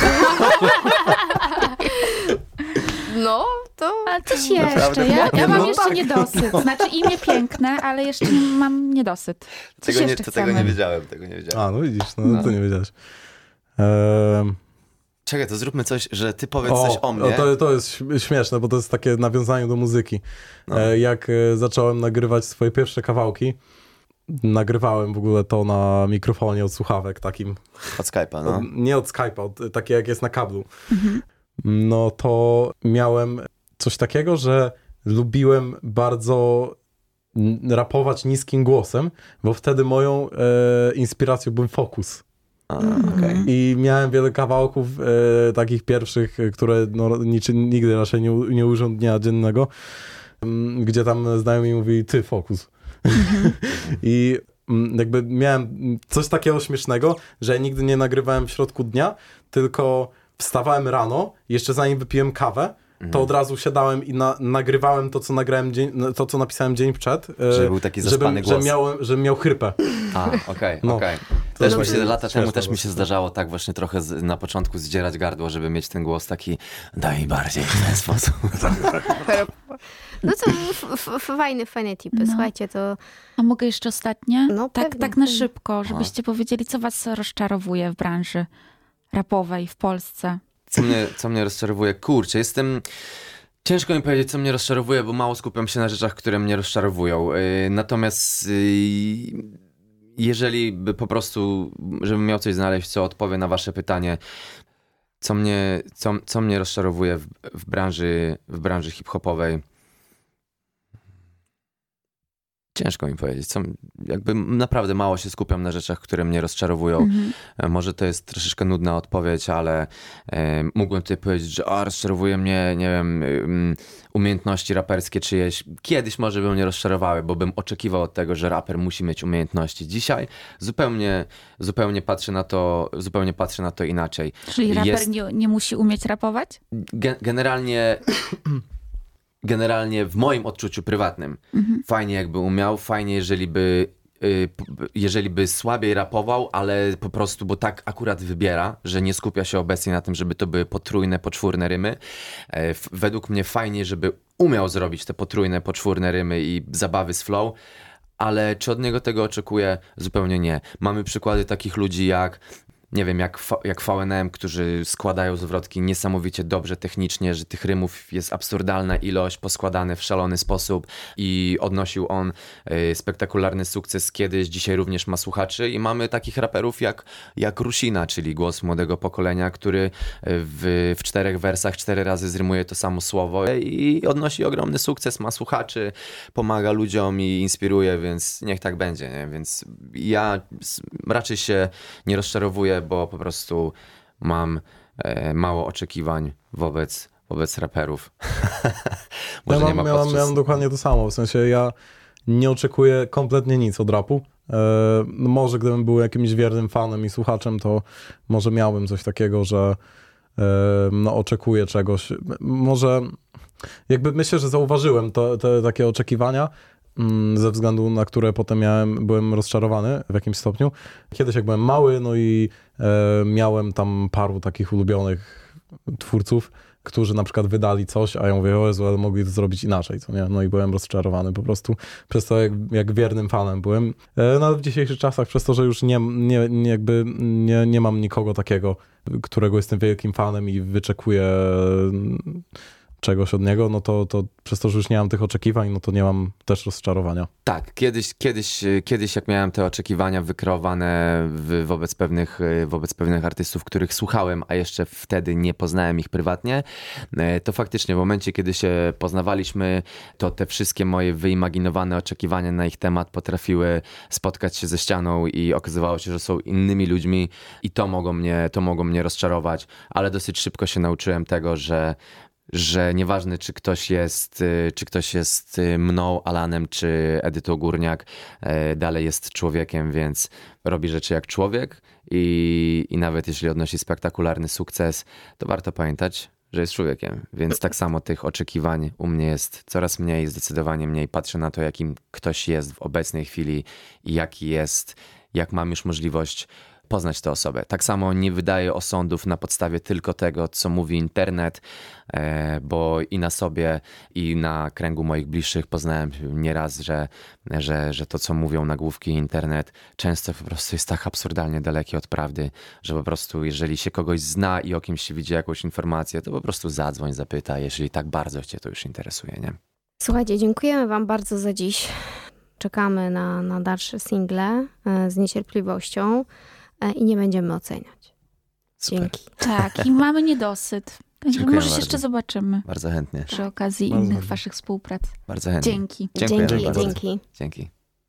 No, to... Ale coś jeszcze. Ja mam jeszcze niedosyt. Znaczy imię piękne, ale jeszcze mam niedosyt. Coś jeszcze chcemy. Tego nie wiedziałem. A, no widzisz, no. To nie wiedziałeś. Czekaj, to zróbmy coś, że ty powiedz coś o mnie. To jest śmieszne, bo to jest takie nawiązanie do muzyki. No. Jak zacząłem nagrywać swoje pierwsze kawałki, nagrywałem w ogóle to na mikrofonie od słuchawek takim. Od Skype'a, no. Nie od Skype'a, takie jak jest na kablu. No to miałem coś takiego, że lubiłem bardzo rapować niskim głosem, bo wtedy moją inspiracją był Focus. Okay. I miałem wiele kawałków takich pierwszych, które nigdy raczej nie użył dnia dziennego, gdzie tam znajomi mówili, ty Focus. I jakby miałem coś takiego śmiesznego, że nigdy nie nagrywałem w środku dnia, tylko wstawałem rano, jeszcze zanim wypiłem kawę, to od razu siadałem i nagrywałem to, co nagrałem to, co napisałem dzień przed. Żeby był taki zaspany głos. Żebym miał chrypę. Okej. Też lata temu też mi się zdarzało tak właśnie trochę na początku zdzierać gardło, żeby mieć ten głos taki daj mi bardziej w ten sposób. No co, fajne tipy, słuchajcie, to... A mogę jeszcze ostatnie? No, tak na szybko, żebyście powiedzieli, co was rozczarowuje w branży rapowej w Polsce. Co mnie rozczarowuje? Kurczę, ciężko mi powiedzieć, co mnie rozczarowuje, bo mało skupiam się na rzeczach, które mnie rozczarowują. Natomiast jeżeli by po prostu, żebym miał coś znaleźć, co odpowie na wasze pytanie, co mnie rozczarowuje w branży hip-hopowej, ciężko mi powiedzieć. Jakby naprawdę mało się skupiam na rzeczach, które mnie rozczarowują. Może to jest troszeczkę nudna odpowiedź, ale mógłbym tutaj powiedzieć, że rozczarowuje mnie, nie wiem, umiejętności raperskie czyjeś. Kiedyś może by mnie rozczarowały, bo bym oczekiwał od tego, że raper musi mieć umiejętności. Dzisiaj zupełnie patrzę na to inaczej. Czyli raper nie musi umieć rapować? Generalnie w moim odczuciu prywatnym fajnie jakby umiał, fajnie jeżeli by słabiej rapował, ale po prostu, bo tak akurat wybiera, że nie skupia się obecnie na tym, żeby to były potrójne, poczwórne rymy. Według mnie fajnie, żeby umiał zrobić te potrójne, poczwórne rymy i zabawy z flow, ale czy od niego tego oczekuję? Zupełnie nie. Mamy przykłady takich ludzi jak nie wiem, jak VNM, którzy składają zwrotki niesamowicie dobrze technicznie, że tych rymów jest absurdalna ilość, poskładane w szalony sposób i odnosił on spektakularny sukces kiedyś, dzisiaj również ma słuchaczy i mamy takich raperów jak Rusina, czyli głos młodego pokolenia, który w 4 wersach 4 razy zrymuje to samo słowo i odnosi ogromny sukces, ma słuchaczy, pomaga ludziom i inspiruje, więc niech tak będzie, nie? Więc ja raczej się nie rozczarowuję, bo po prostu mam mało oczekiwań wobec raperów. Miałem dokładnie to samo, w sensie ja nie oczekuję kompletnie nic od rapu. Może gdybym był jakimś wiernym fanem i słuchaczem, to może miałbym coś takiego, że oczekuję czegoś. Może jakby myślę, że zauważyłem te takie oczekiwania, ze względu na które potem byłem rozczarowany w jakimś stopniu. Kiedyś jak byłem mały, no i miałem tam paru takich ulubionych twórców, którzy na przykład wydali coś, a ja mówię, o Jezu, ale mogli to zrobić inaczej, co nie? No i byłem rozczarowany po prostu przez to, jak wiernym fanem byłem. No ale w dzisiejszych czasach, przez to, że już nie mam nikogo takiego, którego jestem wielkim fanem i wyczekuję czegoś od niego, no to przez to, że już nie mam tych oczekiwań, no to nie mam też rozczarowania. Tak, kiedyś jak miałem te oczekiwania wykreowane wobec pewnych artystów, których słuchałem, a jeszcze wtedy nie poznałem ich prywatnie, to faktycznie w momencie, kiedy się poznawaliśmy, to te wszystkie moje wyimaginowane oczekiwania na ich temat potrafiły spotkać się ze ścianą i okazywało się, że są innymi ludźmi i to mogło mnie rozczarować, ale dosyć szybko się nauczyłem tego, że nieważne, czy ktoś jest mną, Alanem, czy Edytą Górniak, dalej jest człowiekiem, więc robi rzeczy jak człowiek i nawet jeśli odnosi spektakularny sukces, to warto pamiętać, że jest człowiekiem. Więc tak samo tych oczekiwań u mnie jest coraz mniej, zdecydowanie mniej. Patrzę na to, jakim ktoś jest w obecnej chwili i jaki jest, jak mam już możliwość poznać tę osobę. Tak samo nie wydaję osądów na podstawie tylko tego, co mówi internet, bo i na sobie, i na kręgu moich bliższych poznałem nieraz, że to, co mówią nagłówki i internet, często po prostu jest tak absurdalnie dalekie od prawdy, że po prostu jeżeli się kogoś zna i o kimś się widzi jakąś informację, to po prostu zadzwoń, zapytaj, jeżeli tak bardzo cię to już interesuje, nie? Słuchajcie, dziękujemy wam bardzo za dziś. Czekamy na dalsze single z niecierpliwością i nie będziemy oceniać. Super. Dzięki. Tak, i mamy niedosyt. Także Dziękuję może się bardzo. jeszcze zobaczymy Bardzo chętnie. przy okazji Bardzo innych chętnie. waszych współprac. Bardzo chętnie. Dzięki. Dziękuję Dzięki, bardzo. dzięki. Dzięki.